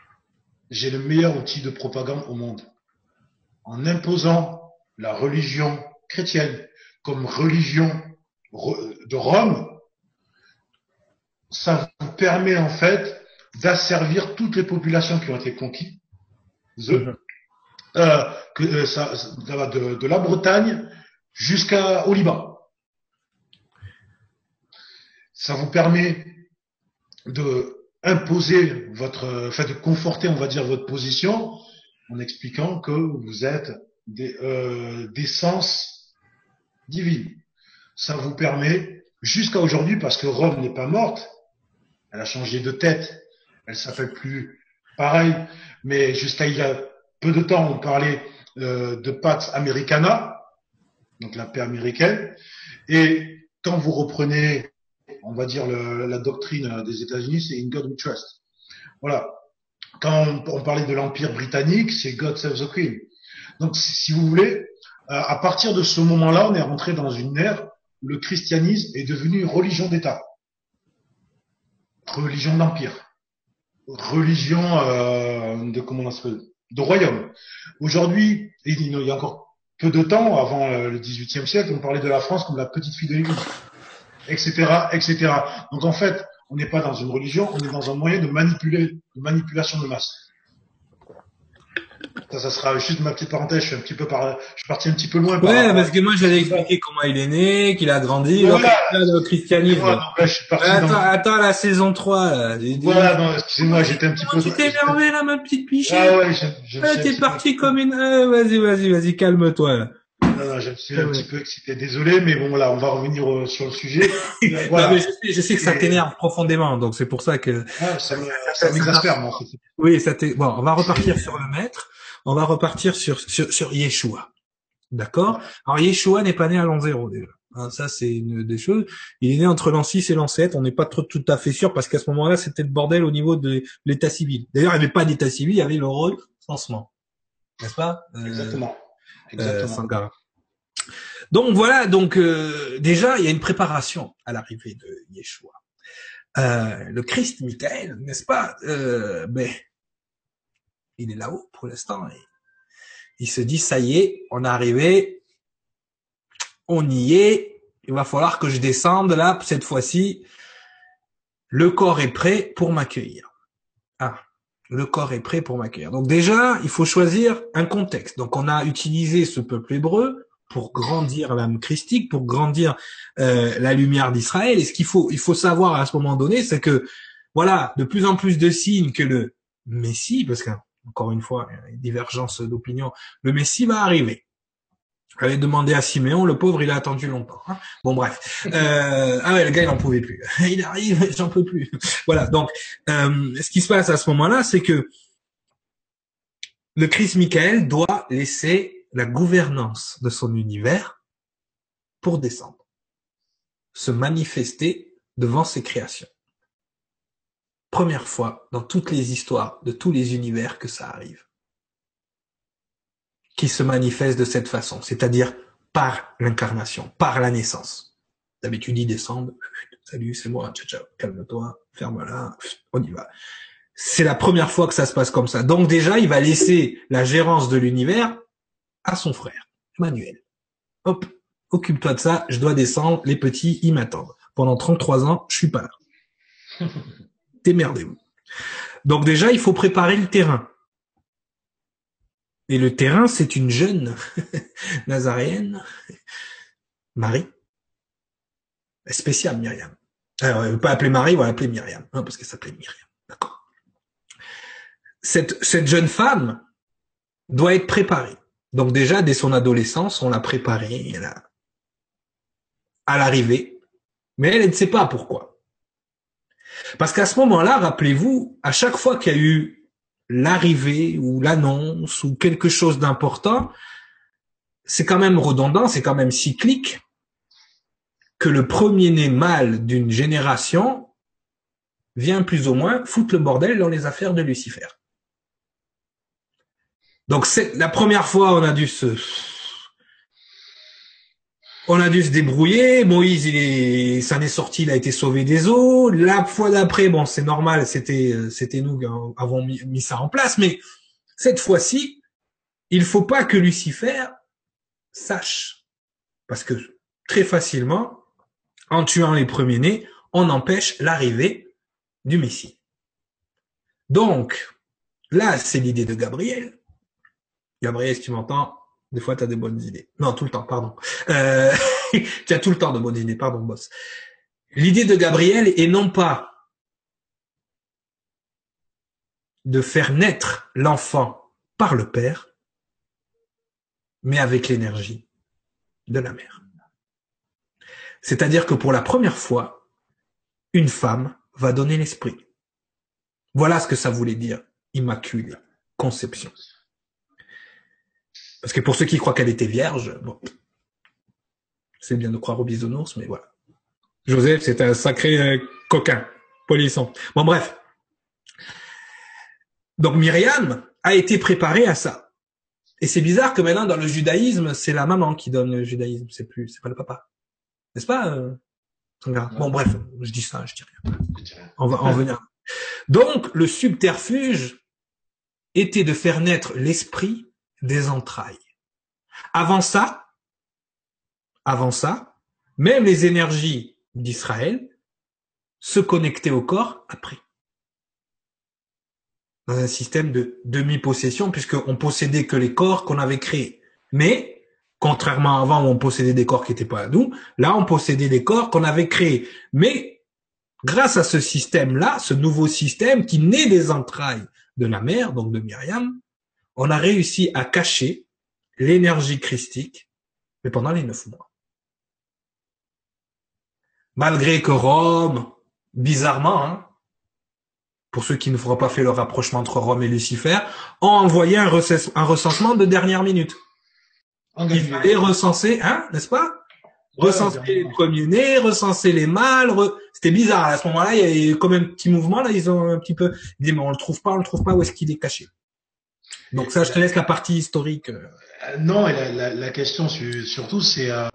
J'ai le meilleur outil de propagande au monde. En imposant la religion chrétienne comme religion de Rome, ça vous permet en fait d'asservir toutes les populations qui ont été conquises. Mm-hmm. Euh, que, euh, ça, de, de la Bretagne jusqu'au Liban. Ça vous permet de imposer votre, enfin de conforter, on va dire, votre position en expliquant que vous êtes des, euh, d'essence divine. Ça vous permet, jusqu'à aujourd'hui, parce que Rome n'est pas morte, elle a changé de tête, elle s'appelle plus pareil, mais jusqu'à il y a peu de temps, on parlait euh, de Pax Americana, donc la paix américaine. Et quand vous reprenez, on va dire, le, la doctrine des États-Unis, c'est In God We Trust. Voilà. Quand on, on parlait de l'Empire britannique, c'est God Save the Queen. Donc, si, si vous voulez, euh, à partir de ce moment-là, on est rentré dans une ère où le christianisme est devenu une religion d'État, religion d'empire, religion euh, de comment on s'appelle de royaume. Aujourd'hui, il y a encore peu de temps, avant le dix-huitième siècle, on parlait de la France comme la petite fille de l'Église, et cetera, et cetera. Donc en fait, on n'est pas dans une religion, on est dans un moyen de manipuler, de manipulation de masse. Ça, ça sera juste ma petite parenthèse. Je suis un petit peu par, je suis parti un petit peu loin. Ouais, par parce que moi j'allais expliquer comment il est né, qu'il a grandi, voilà. Le christianisme. Voilà, donc là, je suis parti attends, dans... attends la saison trois. Là. Voilà, non, excusez-moi, j'étais un petit peu. Tu t'es énervé là, ma petite pichette. Ah ouais, je, je ah, t'es parti comme une. Ah, vas-y, vas-y, vas-y, calme-toi. Là. Non, non, je me suis un petit peu excité. Désolé, mais bon, là, on va revenir euh, sur le sujet. Voilà. Non, mais je sais, je sais que ça t'énerve profondément, donc c'est pour ça que. Ah, ça, ça m'exaspère, moi. En fait. Oui, ça t'est. Bon, on va repartir sur le maître. On va repartir sur sur sur Yeshua. D'accord. Alors Yeshua n'est pas né à l'an zéro déjà. Hein, ça, c'est une des choses. Il est né entre l'an six et l'an sept. On n'est pas trop, tout à fait sûr parce qu'à ce moment-là, c'était le bordel au niveau de l'état civil. D'ailleurs, il n'y avait pas d'état civil, il y avait le recensement. N'est-ce pas euh, Exactement. Exactement. Euh, Sankara. Donc voilà, donc euh, déjà, il y a une préparation à l'arrivée de Yeshua. Euh, le Christ Michael, n'est-ce pas euh, ben, il est là-haut pour l'instant. Et il se dit, ça y est, on est arrivé, on y est, il va falloir que je descende là, cette fois-ci, le corps est prêt pour m'accueillir. Ah, le corps est prêt pour m'accueillir. Donc déjà, il faut choisir un contexte. Donc on a utilisé ce peuple hébreu pour grandir l'âme christique, pour grandir euh, la lumière d'Israël. Et ce qu'il faut, il faut savoir à ce moment donné, c'est que, voilà, de plus en plus de signes que le Messie, parce qu'encore une fois, il y a une divergence d'opinion, le Messie va arriver. J'avais demandé à Siméon, le pauvre, il a attendu longtemps. Hein. Bon, bref. Euh, ah ouais, le gars, il n'en pouvait plus. Il arrive, j'en peux plus. Voilà. Donc, euh, ce qui se passe à ce moment-là, c'est que le Christ Michael doit laisser la gouvernance de son univers pour descendre, se manifester devant ses créations. Première fois dans toutes les histoires de tous les univers que ça arrive, qui se manifeste de cette façon, c'est-à-dire par l'incarnation, par la naissance. D'habitude, il descend, salut, c'est moi, ciao, ciao, calme-toi, ferme-la, on y va. C'est la première fois que ça se passe comme ça. Donc déjà, il va laisser la gérance de l'univers à son frère, Emmanuel. Hop, occupe-toi de ça, je dois descendre, les petits, ils m'attendent. Pendant trente-trois ans, je suis pas là. Démerdez-vous. Donc déjà, il faut préparer le terrain. Et le terrain, c'est une jeune nazaréenne, Marie, spéciale Myriam. Alors, elle ne veut pas appeler Marie, on va l'appeler Myriam, hein, parce qu'elle s'appelait Myriam. D'accord. Cette, cette jeune femme doit être préparée. Donc déjà, dès son adolescence, on l'a préparée elle a, à l'arrivée, mais elle, elle ne sait pas pourquoi. Parce qu'à ce moment-là, rappelez-vous, à chaque fois qu'il y a eu l'arrivée ou l'annonce ou quelque chose d'important, c'est quand même redondant, c'est quand même cyclique que le premier-né mâle d'une génération vient plus ou moins foutre le bordel dans les affaires de Lucifer. Donc c'est la première fois on a dû se on a dû se débrouiller. Moïse, il est, ça en est sorti, il a été sauvé des eaux. La fois d'après, bon, c'est normal, c'était, c'était nous qui avons mis, mis ça en place. Mais cette fois-ci, il faut pas que Lucifer sache, parce que très facilement, en tuant les premiers-nés, on empêche l'arrivée du Messie. Donc, là, c'est l'idée de Gabriel. Gabriel, si tu m'entends, des fois, tu as des bonnes idées. Non, tout le temps, pardon. Euh, tu as tout le temps de bonnes idées, pardon, boss. L'idée de Gabriel est non pas de faire naître l'enfant par le père, mais avec l'énergie de la mère. C'est-à-dire que pour la première fois, une femme va donner l'esprit. Voilà ce que ça voulait dire, immaculée conception. Parce que pour ceux qui croient qu'elle était vierge, bon, c'est bien de croire aux bisounours, mais voilà. Joseph, c'est un sacré euh, coquin, polisson. Bon, bref. Donc Myriam a été préparée à ça. Et c'est bizarre que maintenant, dans le judaïsme, c'est la maman qui donne le judaïsme, c'est plus, c'est pas le papa. N'est-ce pas euh, Bon, bref, je dis ça, je dis rien. On va en venir. Donc, le subterfuge était de faire naître l'esprit des entrailles. Avant ça, avant ça, même les énergies d'Israël se connectaient au corps après. Dans un système de demi-possession, puisqu'on possédait que les corps qu'on avait créés. Mais, contrairement à avant où on possédait des corps qui n'étaient pas à nous, là on possédait des corps qu'on avait créés. Mais, grâce à ce système-là, ce nouveau système qui naît des entrailles de la mère, donc de Myriam, on a réussi à cacher l'énergie christique, mais pendant les neuf mois. Malgré que Rome, bizarrement, hein, pour ceux qui ne feront pas fait le rapprochement entre Rome et Lucifer, ont envoyé un, recens- un recensement de dernière minute. Il fallait recenser, hein, n'est-ce pas? Ouais, recenser bien. les premiers-nés, recenser les mâles. Re... C'était bizarre. À ce moment-là, il y a eu comme un petit mouvement. Là, ils ont un petit peu dit, mais on le trouve pas, on le trouve pas. Où est-ce qu'il est caché? Donc ça, je te laisse la partie historique. Euh, non, et la, la, la question surtout, c'est euh,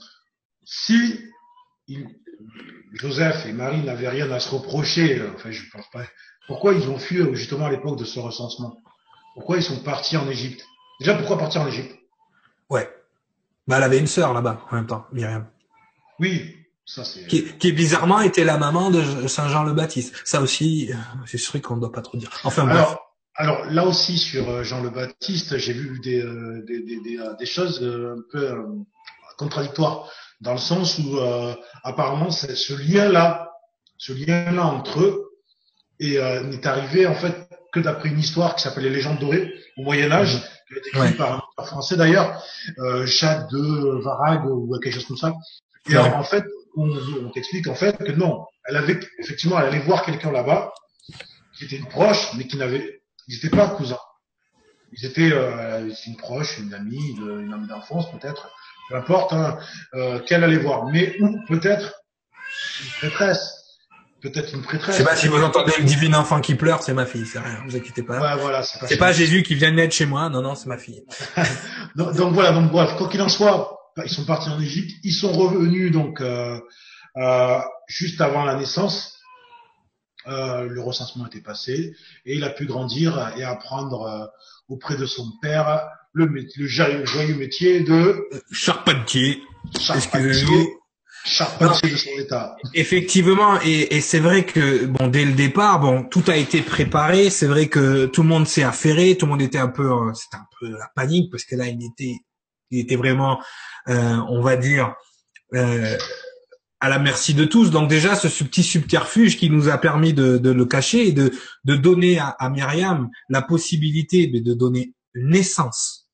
si il, Joseph et Marie n'avaient rien à se reprocher, euh, enfin, je pense pas. Pourquoi ils ont fui justement à l'époque de ce recensement? Pourquoi ils sont partis en Égypte? Déjà, pourquoi partir en Égypte? Ouais. Bah, elle avait une sœur là-bas en même temps, Myriam. Oui, ça c'est. Qui, qui bizarrement était la maman de Saint Jean le Baptiste. Ça aussi, c'est sûr qu'on ne doit pas trop dire. Enfin bref. Alors, alors là aussi sur Jean le Baptiste, j'ai vu des, euh, des, des, des, des choses euh, un peu euh, contradictoires dans le sens où euh, apparemment c'est ce lien-là, ce lien-là entre eux, et euh, n'est arrivé en fait que d'après une histoire qui s'appelle Les Légendes dorées au Moyen Âge, qui a été écrite ouais. par un auteur français d'ailleurs, euh, Jacques de Varag ou quelque chose comme ça. Et ouais. alors, en fait, on, on t'explique en fait que non, elle avait effectivement, elle allait voir quelqu'un là-bas qui était une proche, mais qui n'avait, ils n'étaient pas cousins. Ils étaient euh, une proche, une amie, de, une amie d'enfance peut-être, peu importe, hein, euh, qu'elle allait voir, mais ou peut-être une prêtresse. Peut-être une prêtresse. Je sais pas si vous entendez le divin enfant qui pleure, c'est ma fille, c'est rien, vous inquiétez pas. Ouais, voilà, c'est pas, c'est pas Jésus qui vient de naître chez moi, non, non, c'est ma fille. donc, donc voilà, donc bref, quoi qu'il en soit, ils sont partis en Égypte, ils sont revenus donc euh, euh, juste avant la naissance, euh, le recensement était passé, et il a pu grandir et apprendre euh, auprès de son père le, le joyeux métier de charpentier. Charpentier. Charpentier de son état. Effectivement, et, et c'est vrai que bon, dès le départ, bon, tout a été préparé. C'est vrai que tout le monde s'est affairé, tout le monde était un peu, euh, c'était un peu la panique parce que là, il était, il était vraiment, euh, on va dire, euh, à la merci de tous. Donc déjà, ce petit subterfuge qui nous a permis de, de le cacher et de, de donner à, à Myriam la possibilité de, de donner naissance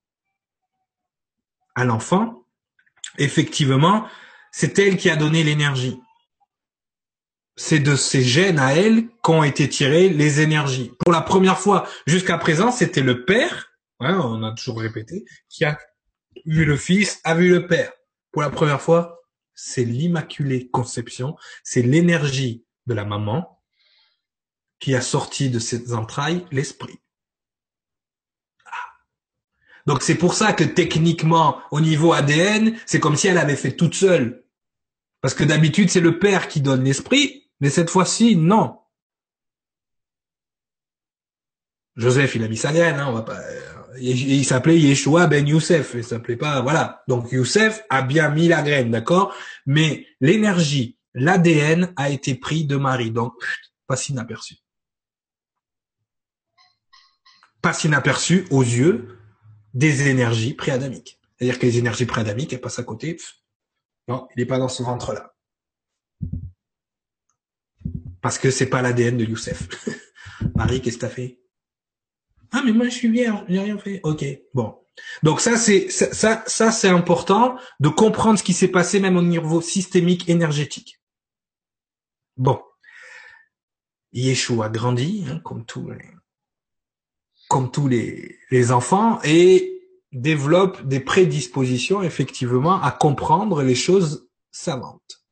à l'enfant. Effectivement. C'est elle qui a donné l'énergie. C'est de ces gènes à elle qu'ont été tirées les énergies. Pour la première fois, jusqu'à présent, c'était le père, hein, on a toujours répété, qui a vu le fils, a vu le père. Pour la première fois, c'est l'immaculée conception, c'est l'énergie de la maman qui a sorti de ses entrailles l'esprit. Donc c'est pour ça que techniquement, au niveau A D N, c'est comme si elle avait fait toute seule. Parce que d'habitude, c'est le père qui donne l'esprit, mais cette fois-ci, non. Joseph, il a mis sa graine, hein, on va pas. Il s'appelait Yeshua ben Youssef, il s'appelait pas, voilà. Donc Youssef a bien mis la graine, d'accord. Mais l'énergie, l'A D N a été pris de Marie, donc pas inaperçu. Pas inaperçu aux yeux des énergies pré-adamiques. C'est-à-dire que les énergies pré-adamiques, elles passent à côté. Non, il n'est pas dans ce ventre-là. Parce que c'est pas l'A D N de Youssef. Marie, qu'est-ce que t'as fait? Ah, mais moi, je suis vierge, j'ai rien fait. Ok, bon. Donc ça, c'est ça, ça, ça c'est important de comprendre ce qui s'est passé même au niveau systémique énergétique. Bon. Yeshua grandit, hein, comme tous les, comme tous les, les enfants, et développe des prédispositions, effectivement, à comprendre les choses savantes.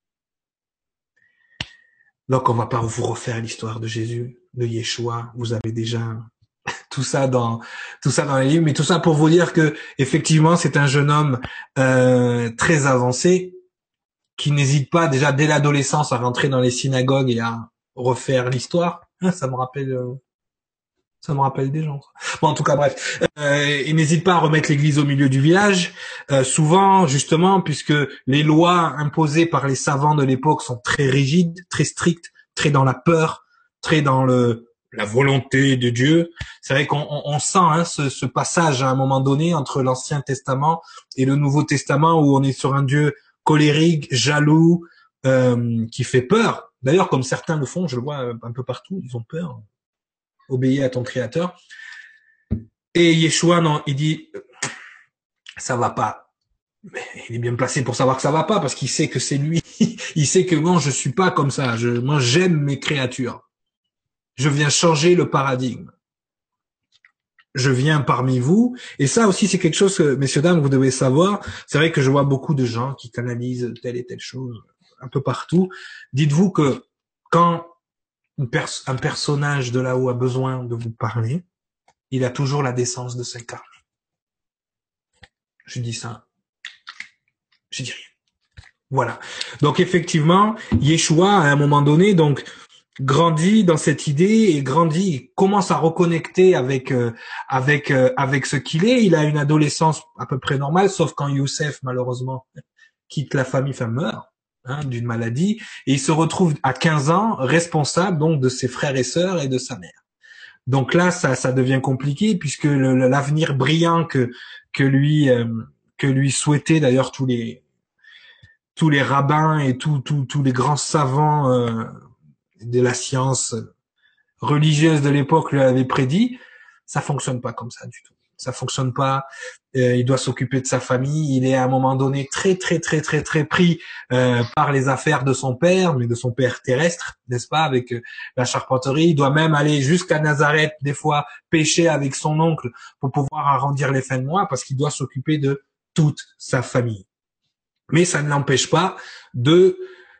Donc, on va pas vous refaire l'histoire de Jésus, de Yeshua. Vous avez déjà tout ça dans tout ça dans les livres, mais tout ça pour vous dire que effectivement, c'est un jeune homme euh, très avancé qui n'hésite pas déjà dès l'adolescence à rentrer dans les synagogues et à refaire l'histoire. Ça me rappelle. Euh, Ça me rappelle des gens. Bon, en tout cas, bref. Euh, et n'hésite pas à remettre l'église au milieu du village. Euh, souvent, justement, puisque les lois imposées par les savants de l'époque sont très rigides, très strictes, très dans la peur, très dans le la volonté de Dieu. C'est vrai qu'on on, on sent hein, ce, ce passage à un moment donné entre l'Ancien Testament et le Nouveau Testament où on est sur un Dieu colérique, jaloux, euh, qui fait peur. D'ailleurs, comme certains le font, je le vois un peu partout, ils ont peur. Obéis à ton créateur. Et Yeshua, non, il dit, ça va pas. Mais il est bien placé pour savoir que ça va pas, parce qu'il sait que c'est lui. Il sait que moi, je suis pas comme ça. Je, moi, j'aime mes créatures. Je viens changer le paradigme. je viens parmi vous. Et ça aussi, c'est quelque chose que, messieurs, dames, vous devez savoir. C'est vrai que je vois beaucoup de gens qui canalisent telle et telle chose un peu partout. Dites-vous que quand une pers- un personnage de là-haut a besoin de vous parler, il a toujours la décence de s'incarner. Je dis ça. Je dis rien. Voilà. Donc effectivement, Yeshua, à un moment donné, donc grandit dans cette idée et grandit, commence à reconnecter avec euh, avec euh, avec ce qu'il est. Il a une adolescence à peu près normale, sauf quand Youssef malheureusement quitte la famille, enfin meurt hein, d'une maladie, et il se retrouve à quinze ans responsable donc de ses frères et sœurs et de sa mère. Donc là, ça ça devient compliqué puisque le, l'avenir brillant que que lui euh, que lui souhaitaient d'ailleurs tous les tous les rabbins et tous tous tous les grands savants euh, de la science religieuse de l'époque lui avait prédit, ça fonctionne pas comme ça du tout. Ça fonctionne pas. Euh, il doit s'occuper de sa famille. Il est à un moment donné très très très très très pris euh, par les affaires de son père, mais de son père terrestre, n'est-ce pas, avec euh, la charpenterie. Il doit même aller jusqu'à Nazareth des fois pêcher avec son oncle pour pouvoir arrondir les fins de mois parce qu'il doit s'occuper de toute sa famille. Mais ça ne l'empêche pas de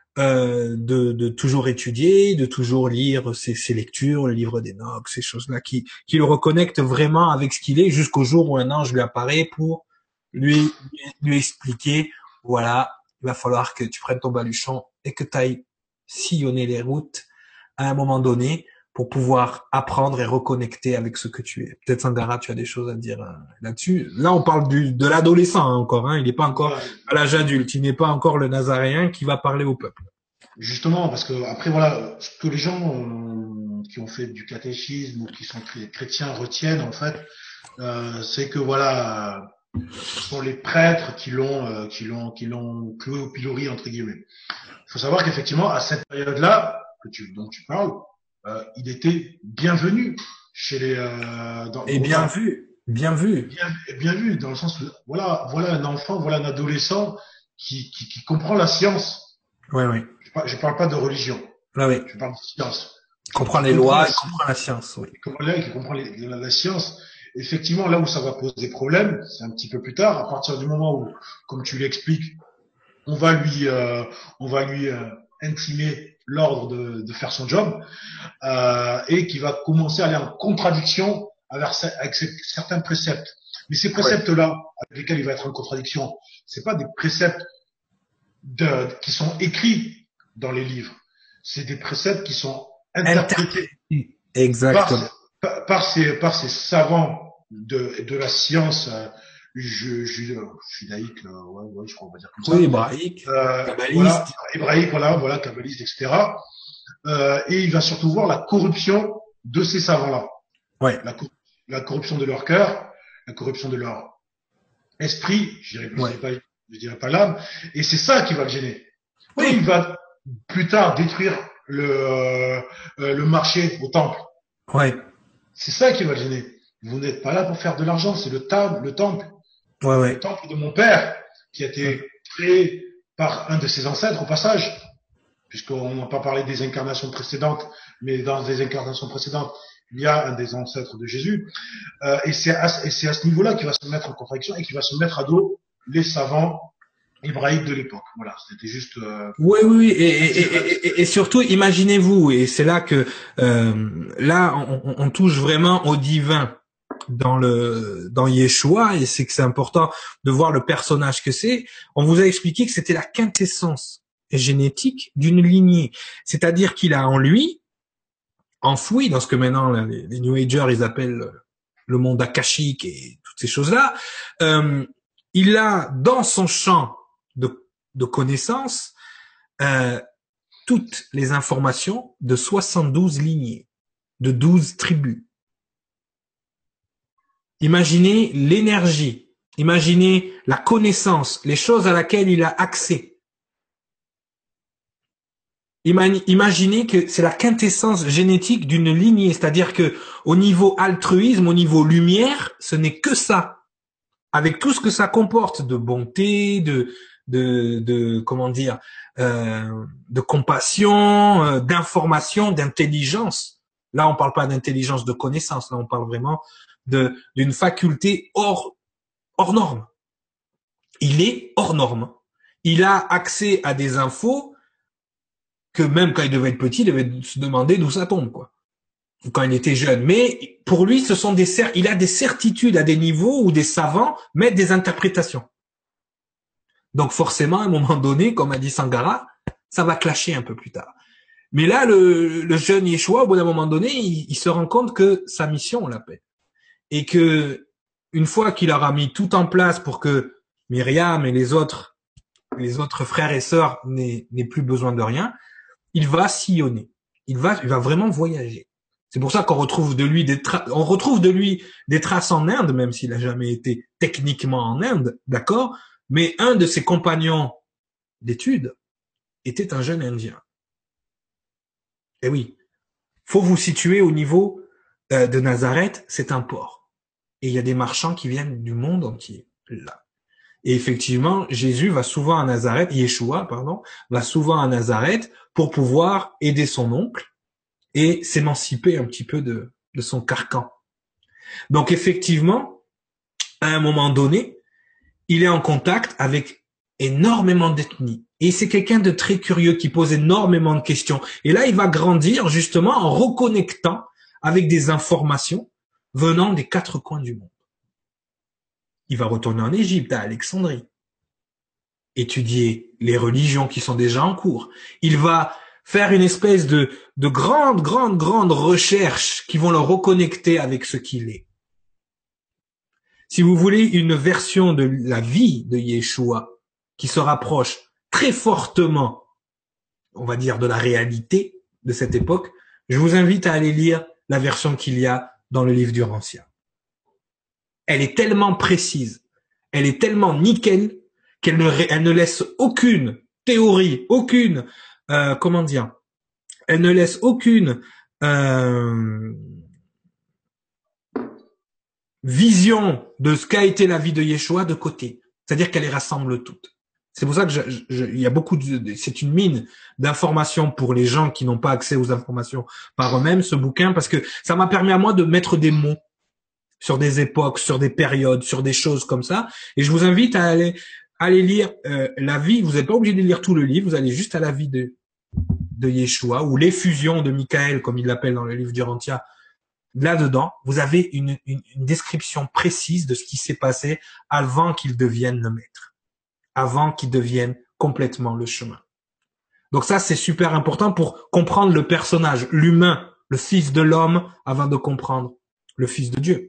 Euh, de, de toujours étudier, de toujours lire ses, ses lectures, le livre d'Enoch, ces choses-là qui, qui le reconnectent vraiment avec ce qu'il est jusqu'au jour où un ange lui apparaît pour lui, lui, lui expliquer, voilà, il va falloir que tu prennes ton baluchon et que tu ailles sillonner les routes à un moment donné pour pouvoir apprendre et reconnecter avec ce que tu es. Peut-être Sangara, tu as des choses à dire euh, là-dessus. Là, on parle du, de l'adolescent hein, encore. Hein. Il n'est pas encore à l'âge adulte. Il n'est pas encore le Nazaréen qui va parler au peuple. Justement, parce que après voilà, ce que les gens euh, qui ont fait du catéchisme ou qui sont chrétiens retiennent en fait, euh, c'est que voilà, ce sont les prêtres qui l'ont, euh, qui l'ont, qui l'ont cloué au pilori entre guillemets. Il faut savoir qu'effectivement, à cette période-là que tu, dont tu parles, euh, il était bienvenu chez les. Euh, dans, Et bien dans, vu, bien vu, bien, bien vu dans le sens où voilà, voilà un enfant, voilà un adolescent qui, qui, qui comprend la science. Ouais, ouais. Je parle pas de religion. Ah oui. Je parle de science. Il comprend les lois, il comprend la science, oui. Il comprend, il comprend les, la, la science. Effectivement, là où ça va poser problème, c'est un petit peu plus tard, à partir du moment où, comme tu l'expliques, on va lui, euh, on va lui euh, intimer l'ordre de, de faire son job, euh, et qui va commencer à aller en contradiction avec, avec certains préceptes. Mais ces préceptes-là, avec lesquels il va être en contradiction, c'est pas des préceptes de, qui sont écrits dans les livres. C'est des préceptes qui sont interprétés Exactement. Par, par, ces, par ces savants de, de la science euh, ju, ju, judaïque, euh, ouais, ouais, je crois qu'on va dire comme ça. Oui, hébraïque, euh, kabbaliste. Voilà, hébraïque, voilà, voilà, kabbaliste, et cetera. Euh, et il va surtout voir la corruption de ces savants-là. Ouais. La, la corruption de leur cœur, la corruption de leur esprit, je dirais, ouais. je dirais pas, je dirais pas l'âme, et c'est ça qui va le gêner. Oui. Et il va plus tard détruire le, euh, le marché au temple. Ouais. C'est ça qui va le gêner. Vous n'êtes pas là pour faire de l'argent, c'est le, table, le temple. Ouais, ouais. Le temple de mon père, qui a été créé par un de ses ancêtres au passage, puisqu'on n'a pas parlé des incarnations précédentes, mais dans des incarnations précédentes, il y a un des ancêtres de Jésus. Euh, et c'est à, et c'est à ce niveau-là qu'il va se mettre en contradiction et qu'il va se mettre à dos les savants hébraïques de l'époque. Voilà, c'était juste. Euh, oui, oui, oui. Et, et, et, et, et surtout, imaginez-vous, et c'est là que euh, là, on, on touche vraiment au divin dans le dans Yeshua, et c'est que c'est important de voir le personnage que c'est. On vous a expliqué que c'était la quintessence génétique d'une lignée, c'est-à-dire qu'il a en lui enfoui dans ce que maintenant là, les, les New Agers ils appellent le monde akashique et toutes ces choses-là. Euh, il a dans son champ de, de connaissances euh, toutes les informations de soixante-douze lignées, de douze tribus. Imaginez l'énergie, imaginez la connaissance, les choses à laquelle il a accès. Imaginez que c'est la quintessence génétique d'une lignée, c'est-à-dire que au niveau altruisme, au niveau lumière, ce n'est que ça, avec tout ce que ça comporte de bonté, de de, de comment dire, euh, de compassion, euh, d'information, d'intelligence. Là, on parle pas d'intelligence de connaissance, là, on parle vraiment de d'une faculté hors hors norme. Il est hors norme. Il a accès à des infos que même quand il devait être petit, il devait se demander d'où ça tombe, quoi. Ou quand il était jeune. Mais pour lui, ce sont des cer- il a des certitudes à des niveaux où des savants mettent des interprétations. Donc forcément, à un moment donné, comme a dit Sangara, ça va clasher un peu plus tard. Mais là, le, le jeune Yeshua, au bout d'un moment donné, il, il se rend compte que sa mission l'appelle. Et que, une fois qu'il aura mis tout en place pour que Myriam et les autres, les autres frères et sœurs n'aient, n'aient plus besoin de rien, il va sillonner. Il va, il va vraiment voyager. C'est pour ça qu'on retrouve de lui des tra- on retrouve de lui des traces en Inde, même s'il a jamais été techniquement en Inde, d'accord? Mais un de ses compagnons d'études était un jeune Indien. Eh oui. Faut vous situer au niveau euh, de Nazareth, c'est un port. Et il y a des marchands qui viennent du monde entier, là. Et effectivement, Jésus va souvent à Nazareth, Yeshua, pardon, va souvent à Nazareth pour pouvoir aider son oncle et s'émanciper un petit peu de, de son carcan. Donc effectivement, à un moment donné, il est en contact avec énormément d'ethnies. Et c'est quelqu'un de très curieux qui pose énormément de questions. Et là, il va grandir justement en reconnectant avec des informations venant des quatre coins du monde. Il va retourner en Égypte, à Alexandrie, étudier les religions qui sont déjà en cours. Il va faire une espèce de, de grande, grande, grande recherche qui vont le reconnecter avec ce qu'il est. Si vous voulez une version de la vie de Yeshua qui se rapproche très fortement, on va dire, de la réalité de cette époque, je vous invite à aller lire la version qu'il y a dans le livre du Rancia. Elle est tellement précise, elle est tellement nickel qu'elle ne, elle ne laisse aucune théorie, aucune, euh, comment dire, elle ne laisse aucune euh, vision de ce qu'a été la vie de Yeshua de côté. C'est-à-dire qu'elle les rassemble toutes. C'est pour ça que je, je, il y a beaucoup de, c'est une mine d'informations pour les gens qui n'ont pas accès aux informations par eux-mêmes, ce bouquin, parce que ça m'a permis à moi de mettre des mots sur des époques, sur des périodes, sur des choses comme ça. Et je vous invite à aller, aller lire euh, la vie. Vous n'êtes pas obligé de lire tout le livre, vous allez juste à la vie de, de Yeshua, ou l'effusion de Michael, comme il l'appelle dans le livre du Rantia. Là-dedans, vous avez une, une, une description précise de ce qui s'est passé avant qu'il devienne le maître, avant qu'il devienne complètement le chemin. Donc ça, c'est super important pour comprendre le personnage, l'humain, le fils de l'homme, avant de comprendre le fils de Dieu.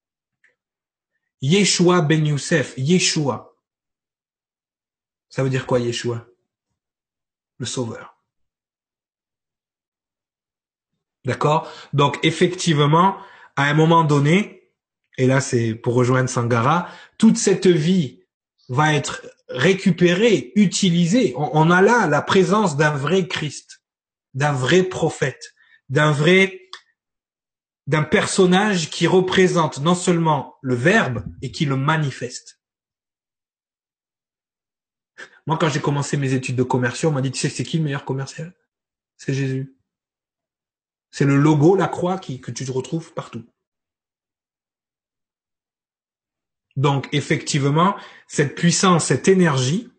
Yeshua ben Youssef, Yeshua. Ça veut dire quoi, Yeshua? Le sauveur. D'accord? Donc, effectivement, à un moment donné, et là, c'est pour rejoindre Sangara, toute cette vie va être récupérée, utilisée. On, on a là la présence d'un vrai Christ, d'un vrai prophète, d'un vrai, d'un personnage qui représente non seulement le Verbe et qui le manifeste. Moi, quand j'ai commencé mes études de commerciaux, on m'a dit, tu sais, c'est qui le meilleur commercial? C'est Jésus. C'est le logo, la croix qui, que tu retrouves partout. Donc, effectivement, cette puissance, cette énergie,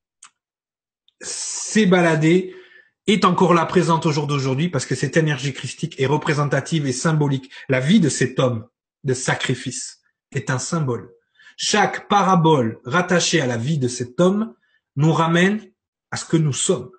s'est baladée, est encore là présente au jour d'aujourd'hui parce que cette énergie christique est représentative et symbolique. La vie de cet homme de sacrifice est un symbole. Chaque parabole rattachée à la vie de cet homme nous ramène à ce que nous sommes.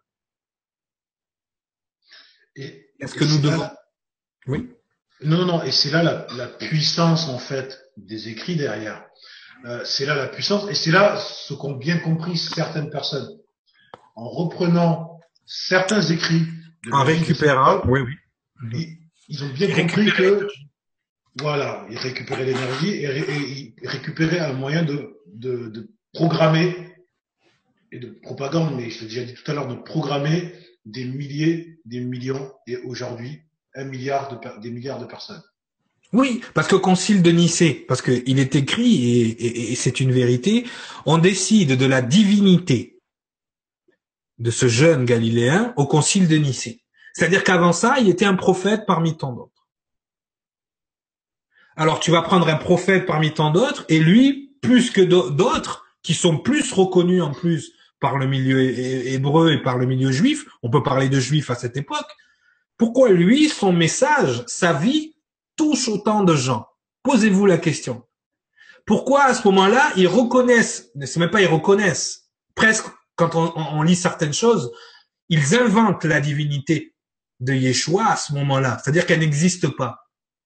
Et Est-ce que nous devons... La... Oui. Non, non, et c'est là la, la puissance, en fait, des écrits derrière. Euh, c'est là la puissance, et c'est là ce qu'ont bien compris certaines personnes. En reprenant certains écrits... De en récupérant, oui, oui. Ils, ils ont bien ils compris que... Voilà, ils récupéraient l'énergie et, et ils récupéraient un moyen de, de, de programmer, et de propagande, mais je l'ai déjà dit tout à l'heure, de programmer des milliers, des millions, et aujourd'hui, un milliard de, des milliards de personnes. Oui, parce que Concile de Nicée, parce que il est écrit, et, et, et c'est une vérité, on décide de la divinité de ce jeune Galiléen au Concile de Nicée. C'est-à-dire qu'avant ça, il était un prophète parmi tant d'autres. Alors tu vas prendre un prophète parmi tant d'autres, et lui, plus que d'autres, qui sont plus reconnus en plus par le milieu hébreu et par le milieu juif, on peut parler de juifs à cette époque, pourquoi lui, son message, sa vie, touche autant de gens? Posez-vous la question. Pourquoi à ce moment-là, ils reconnaissent, c'est même pas ils reconnaissent, presque quand on, on lit certaines choses, ils inventent la divinité de Yeshua à ce moment-là, c'est-à-dire qu'elle n'existe pas.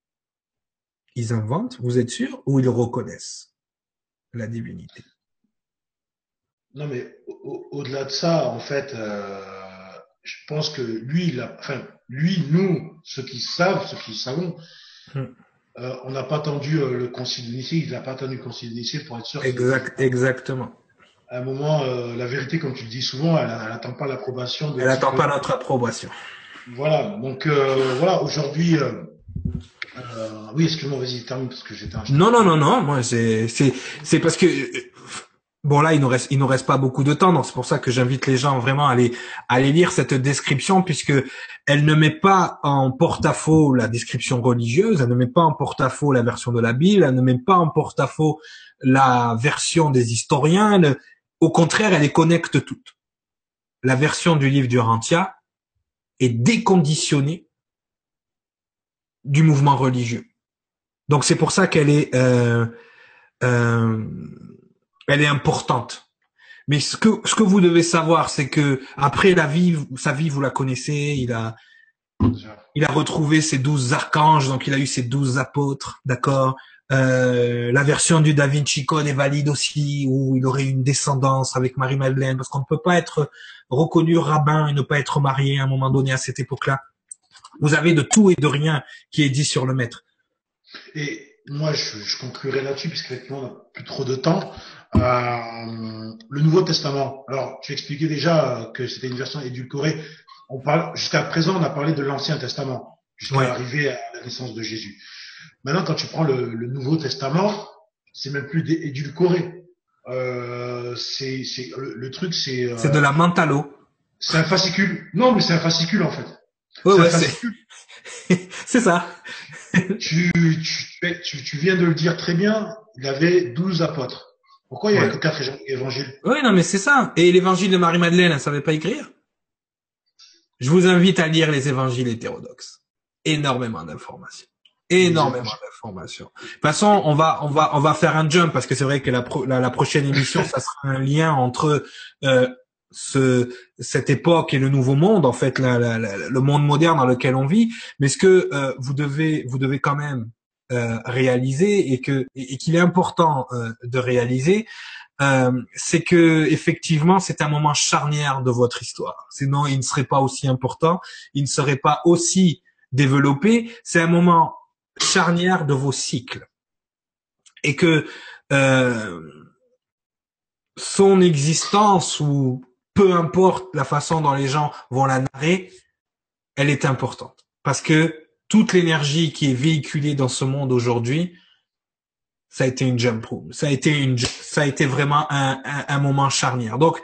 Ils inventent, vous êtes sûr, ou ils reconnaissent la divinité? Non, mais au- au-delà de ça, en fait, euh, je pense que lui, il a, enfin, lui, nous, ceux qui savent, ceux qui savons, Hmm. euh, on n'a pas attendu euh, le concile de Nicée, il n'a pas attendu le concile de Nicée pour être sûr. Exact, exactement. À un moment, euh, la vérité, comme tu le dis souvent, elle n'attend pas l'approbation de. Elle n'attend pas notre approbation. Voilà. Donc euh, voilà, aujourd'hui. Euh, euh, oui, excuse-moi, vas-y, termine parce que j'étais. Un... Non, non, non, non. Moi, c'est, c'est, c'est parce que bon là, il nous reste, il nous reste pas beaucoup de temps, donc c'est pour ça que j'invite les gens vraiment à aller, à aller lire cette description, puisque elle ne met pas en porte-à-faux la description religieuse, elle ne met pas en porte-à-faux la version de la Bible, elle ne met pas en porte-à-faux la version des historiens. Elle, au contraire, elle les connecte toutes. La version du livre du Rantia est déconditionnée du mouvement religieux. Donc c'est pour ça qu'elle est, euh, euh, elle est importante. Mais ce que ce que vous devez savoir, c'est que après la vie, sa vie, vous la connaissez. Il a, il a retrouvé ses douze archanges, donc il a eu ses douze apôtres, d'accord. Euh, la version du Da Vinci Code est valide aussi, où il aurait une descendance avec Marie-Madeleine, parce qu'on ne peut pas être reconnu rabbin et ne pas être marié à un moment donné à cette époque-là. Vous avez de tout et de rien qui est dit sur le maître. Et moi, je, je conclurai là-dessus, puisqu'effectivement, on n'a plus trop de temps. Euh, le Nouveau Testament. Alors, tu expliquais déjà que c'était une version édulcorée. On parle, jusqu'à présent, on a parlé de l'Ancien Testament, jusqu'à ouais. arriver à la naissance de Jésus. Maintenant, quand tu prends le, le Nouveau Testament, c'est même plus édulcoré. Euh, c'est, c'est le, le truc, c'est. Euh, c'est de la mentalo. C'est un fascicule. Non, mais c'est un fascicule en fait. Ouais, c'est ouais, un fascicule. C'est, c'est ça. tu, tu, tu, tu viens de le dire très bien. Il avait douze apôtres. Pourquoi il y avait ouais. que quatre évangiles? Oui, non, mais c'est ça. Et l'évangile de Marie-Madeleine, elle ne savait pas écrire. Je vous invite à lire les évangiles hétérodoxes. Énormément d'informations. Énormément d'informations. De toute façon, on va, on va, on va faire un jump parce que c'est vrai que la, pro, la, la prochaine émission, ça sera un lien entre euh, ce, cette époque et le nouveau monde, en fait, la, la, la, le monde moderne dans lequel on vit. Mais ce que euh, vous devez, vous devez quand même euh, réaliser et que et, et qu'il est important euh, de réaliser, euh, c'est que effectivement, c'est un moment charnière de votre histoire. Sinon, il ne serait pas aussi important, il ne serait pas aussi développé. C'est un moment charnière de vos cycles et que euh, son existence ou peu importe la façon dont les gens vont la narrer, elle est importante parce que toute l'énergie qui est véhiculée dans ce monde aujourd'hui, ça a été une jump room, ça a été une, ça a été vraiment un, un, un moment charnière. Donc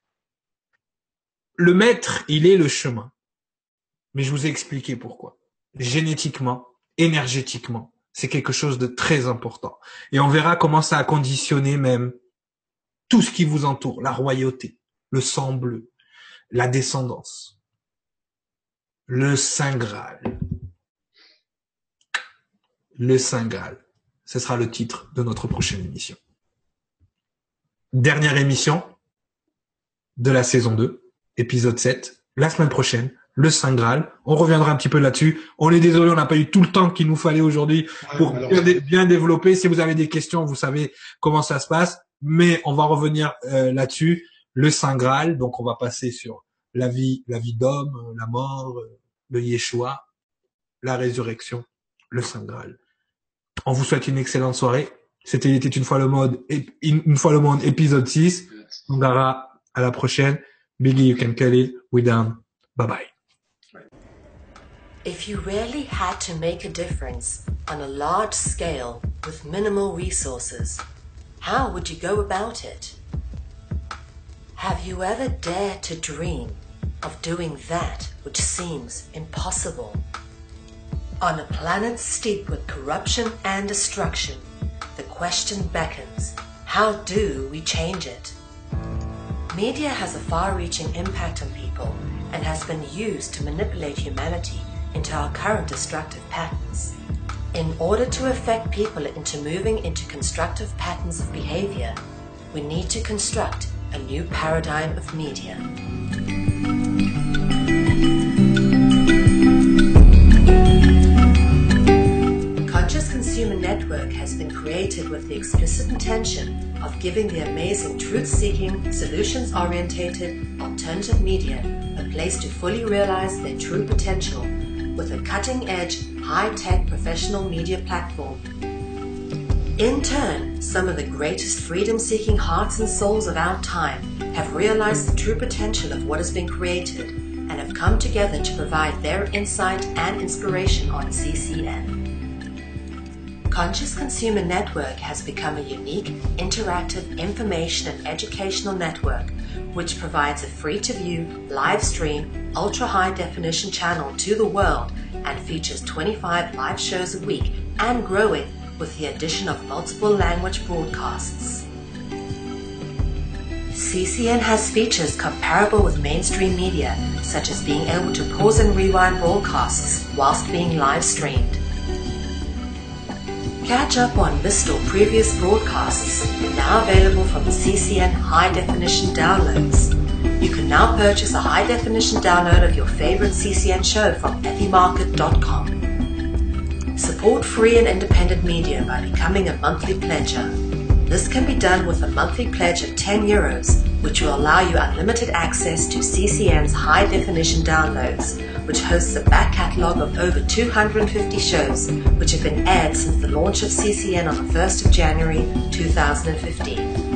le maître, il est le chemin, mais je vous ai expliqué pourquoi. Génétiquement, énergétiquement, c'est quelque chose de très important. Et on verra comment ça a conditionné même tout ce qui vous entoure, la royauté, le sang bleu, la descendance, le Saint Graal. Le Saint Graal. Ce sera le titre de notre prochaine émission. Dernière émission de la saison deux, épisode sept, la semaine prochaine. Le Saint Graal. On reviendra un petit peu là-dessus. On est désolé, on n'a pas eu tout le temps qu'il nous fallait aujourd'hui pour ouais, bien, bien développer. Si vous avez des questions, vous savez comment ça se passe. Mais on va revenir euh, là-dessus. Le Saint Graal. Donc, on va passer sur la vie, la vie d'homme, la mort, le Yeshua, la résurrection, le Saint Graal. On vous souhaite une excellente soirée. C'était Il était une fois le monde, une fois le monde, épisode six. On verra à la prochaine. Biggie, you can kill it. We done. Bye bye. If you really had to make a difference on a large scale with minimal resources, how would you go about it? Have you ever dared to dream of doing that which seems impossible? On a planet steeped with corruption and destruction, the question beckons, how do we change it? Media has a far-reaching impact on people and has been used to manipulate humanity into our current destructive patterns. In order to affect people into moving into constructive patterns of behavior, we need to construct a new paradigm of media. Conscious Consumer Network has been created with the explicit intention of giving the amazing truth-seeking, solutions-orientated, alternative media a place to fully realize their true potential with a cutting-edge, high-tech professional media platform. In turn, some of the greatest freedom-seeking hearts and souls of our time have realized the true potential of what has been created and have come together to provide their insight and inspiration on C C N. Conscious Consumer Network has become a unique, interactive information and educational network which provides a free-to-view, live-stream, ultra-high-definition channel to the world and features twenty-five live shows a week and growing with the addition of multiple language broadcasts. C C N has features comparable with mainstream media, such as being able to pause and rewind broadcasts whilst being live-streamed. Catch up on missed or previous broadcasts, now available from the C C N High Definition Downloads. You can now purchase a high definition download of your favorite C C N show from ethy market dot com. Support free and independent media by becoming a monthly pledger. This can be done with a monthly pledge of ten euros, which will allow you unlimited access to C C N's high definition downloads, which hosts a back catalogue of over two hundred fifty shows, which have been aired since the launch of C C N on the first of January two thousand fifteen.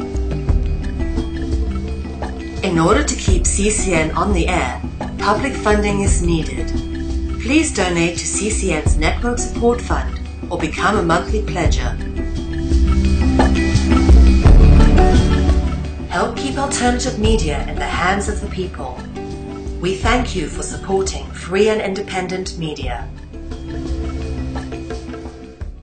In order to keep C C N on the air, public funding is needed. Please donate to C C N's Network Support Fund or become a monthly pledger. Help keep alternative media in the hands of the people. We thank you for supporting free and independent media.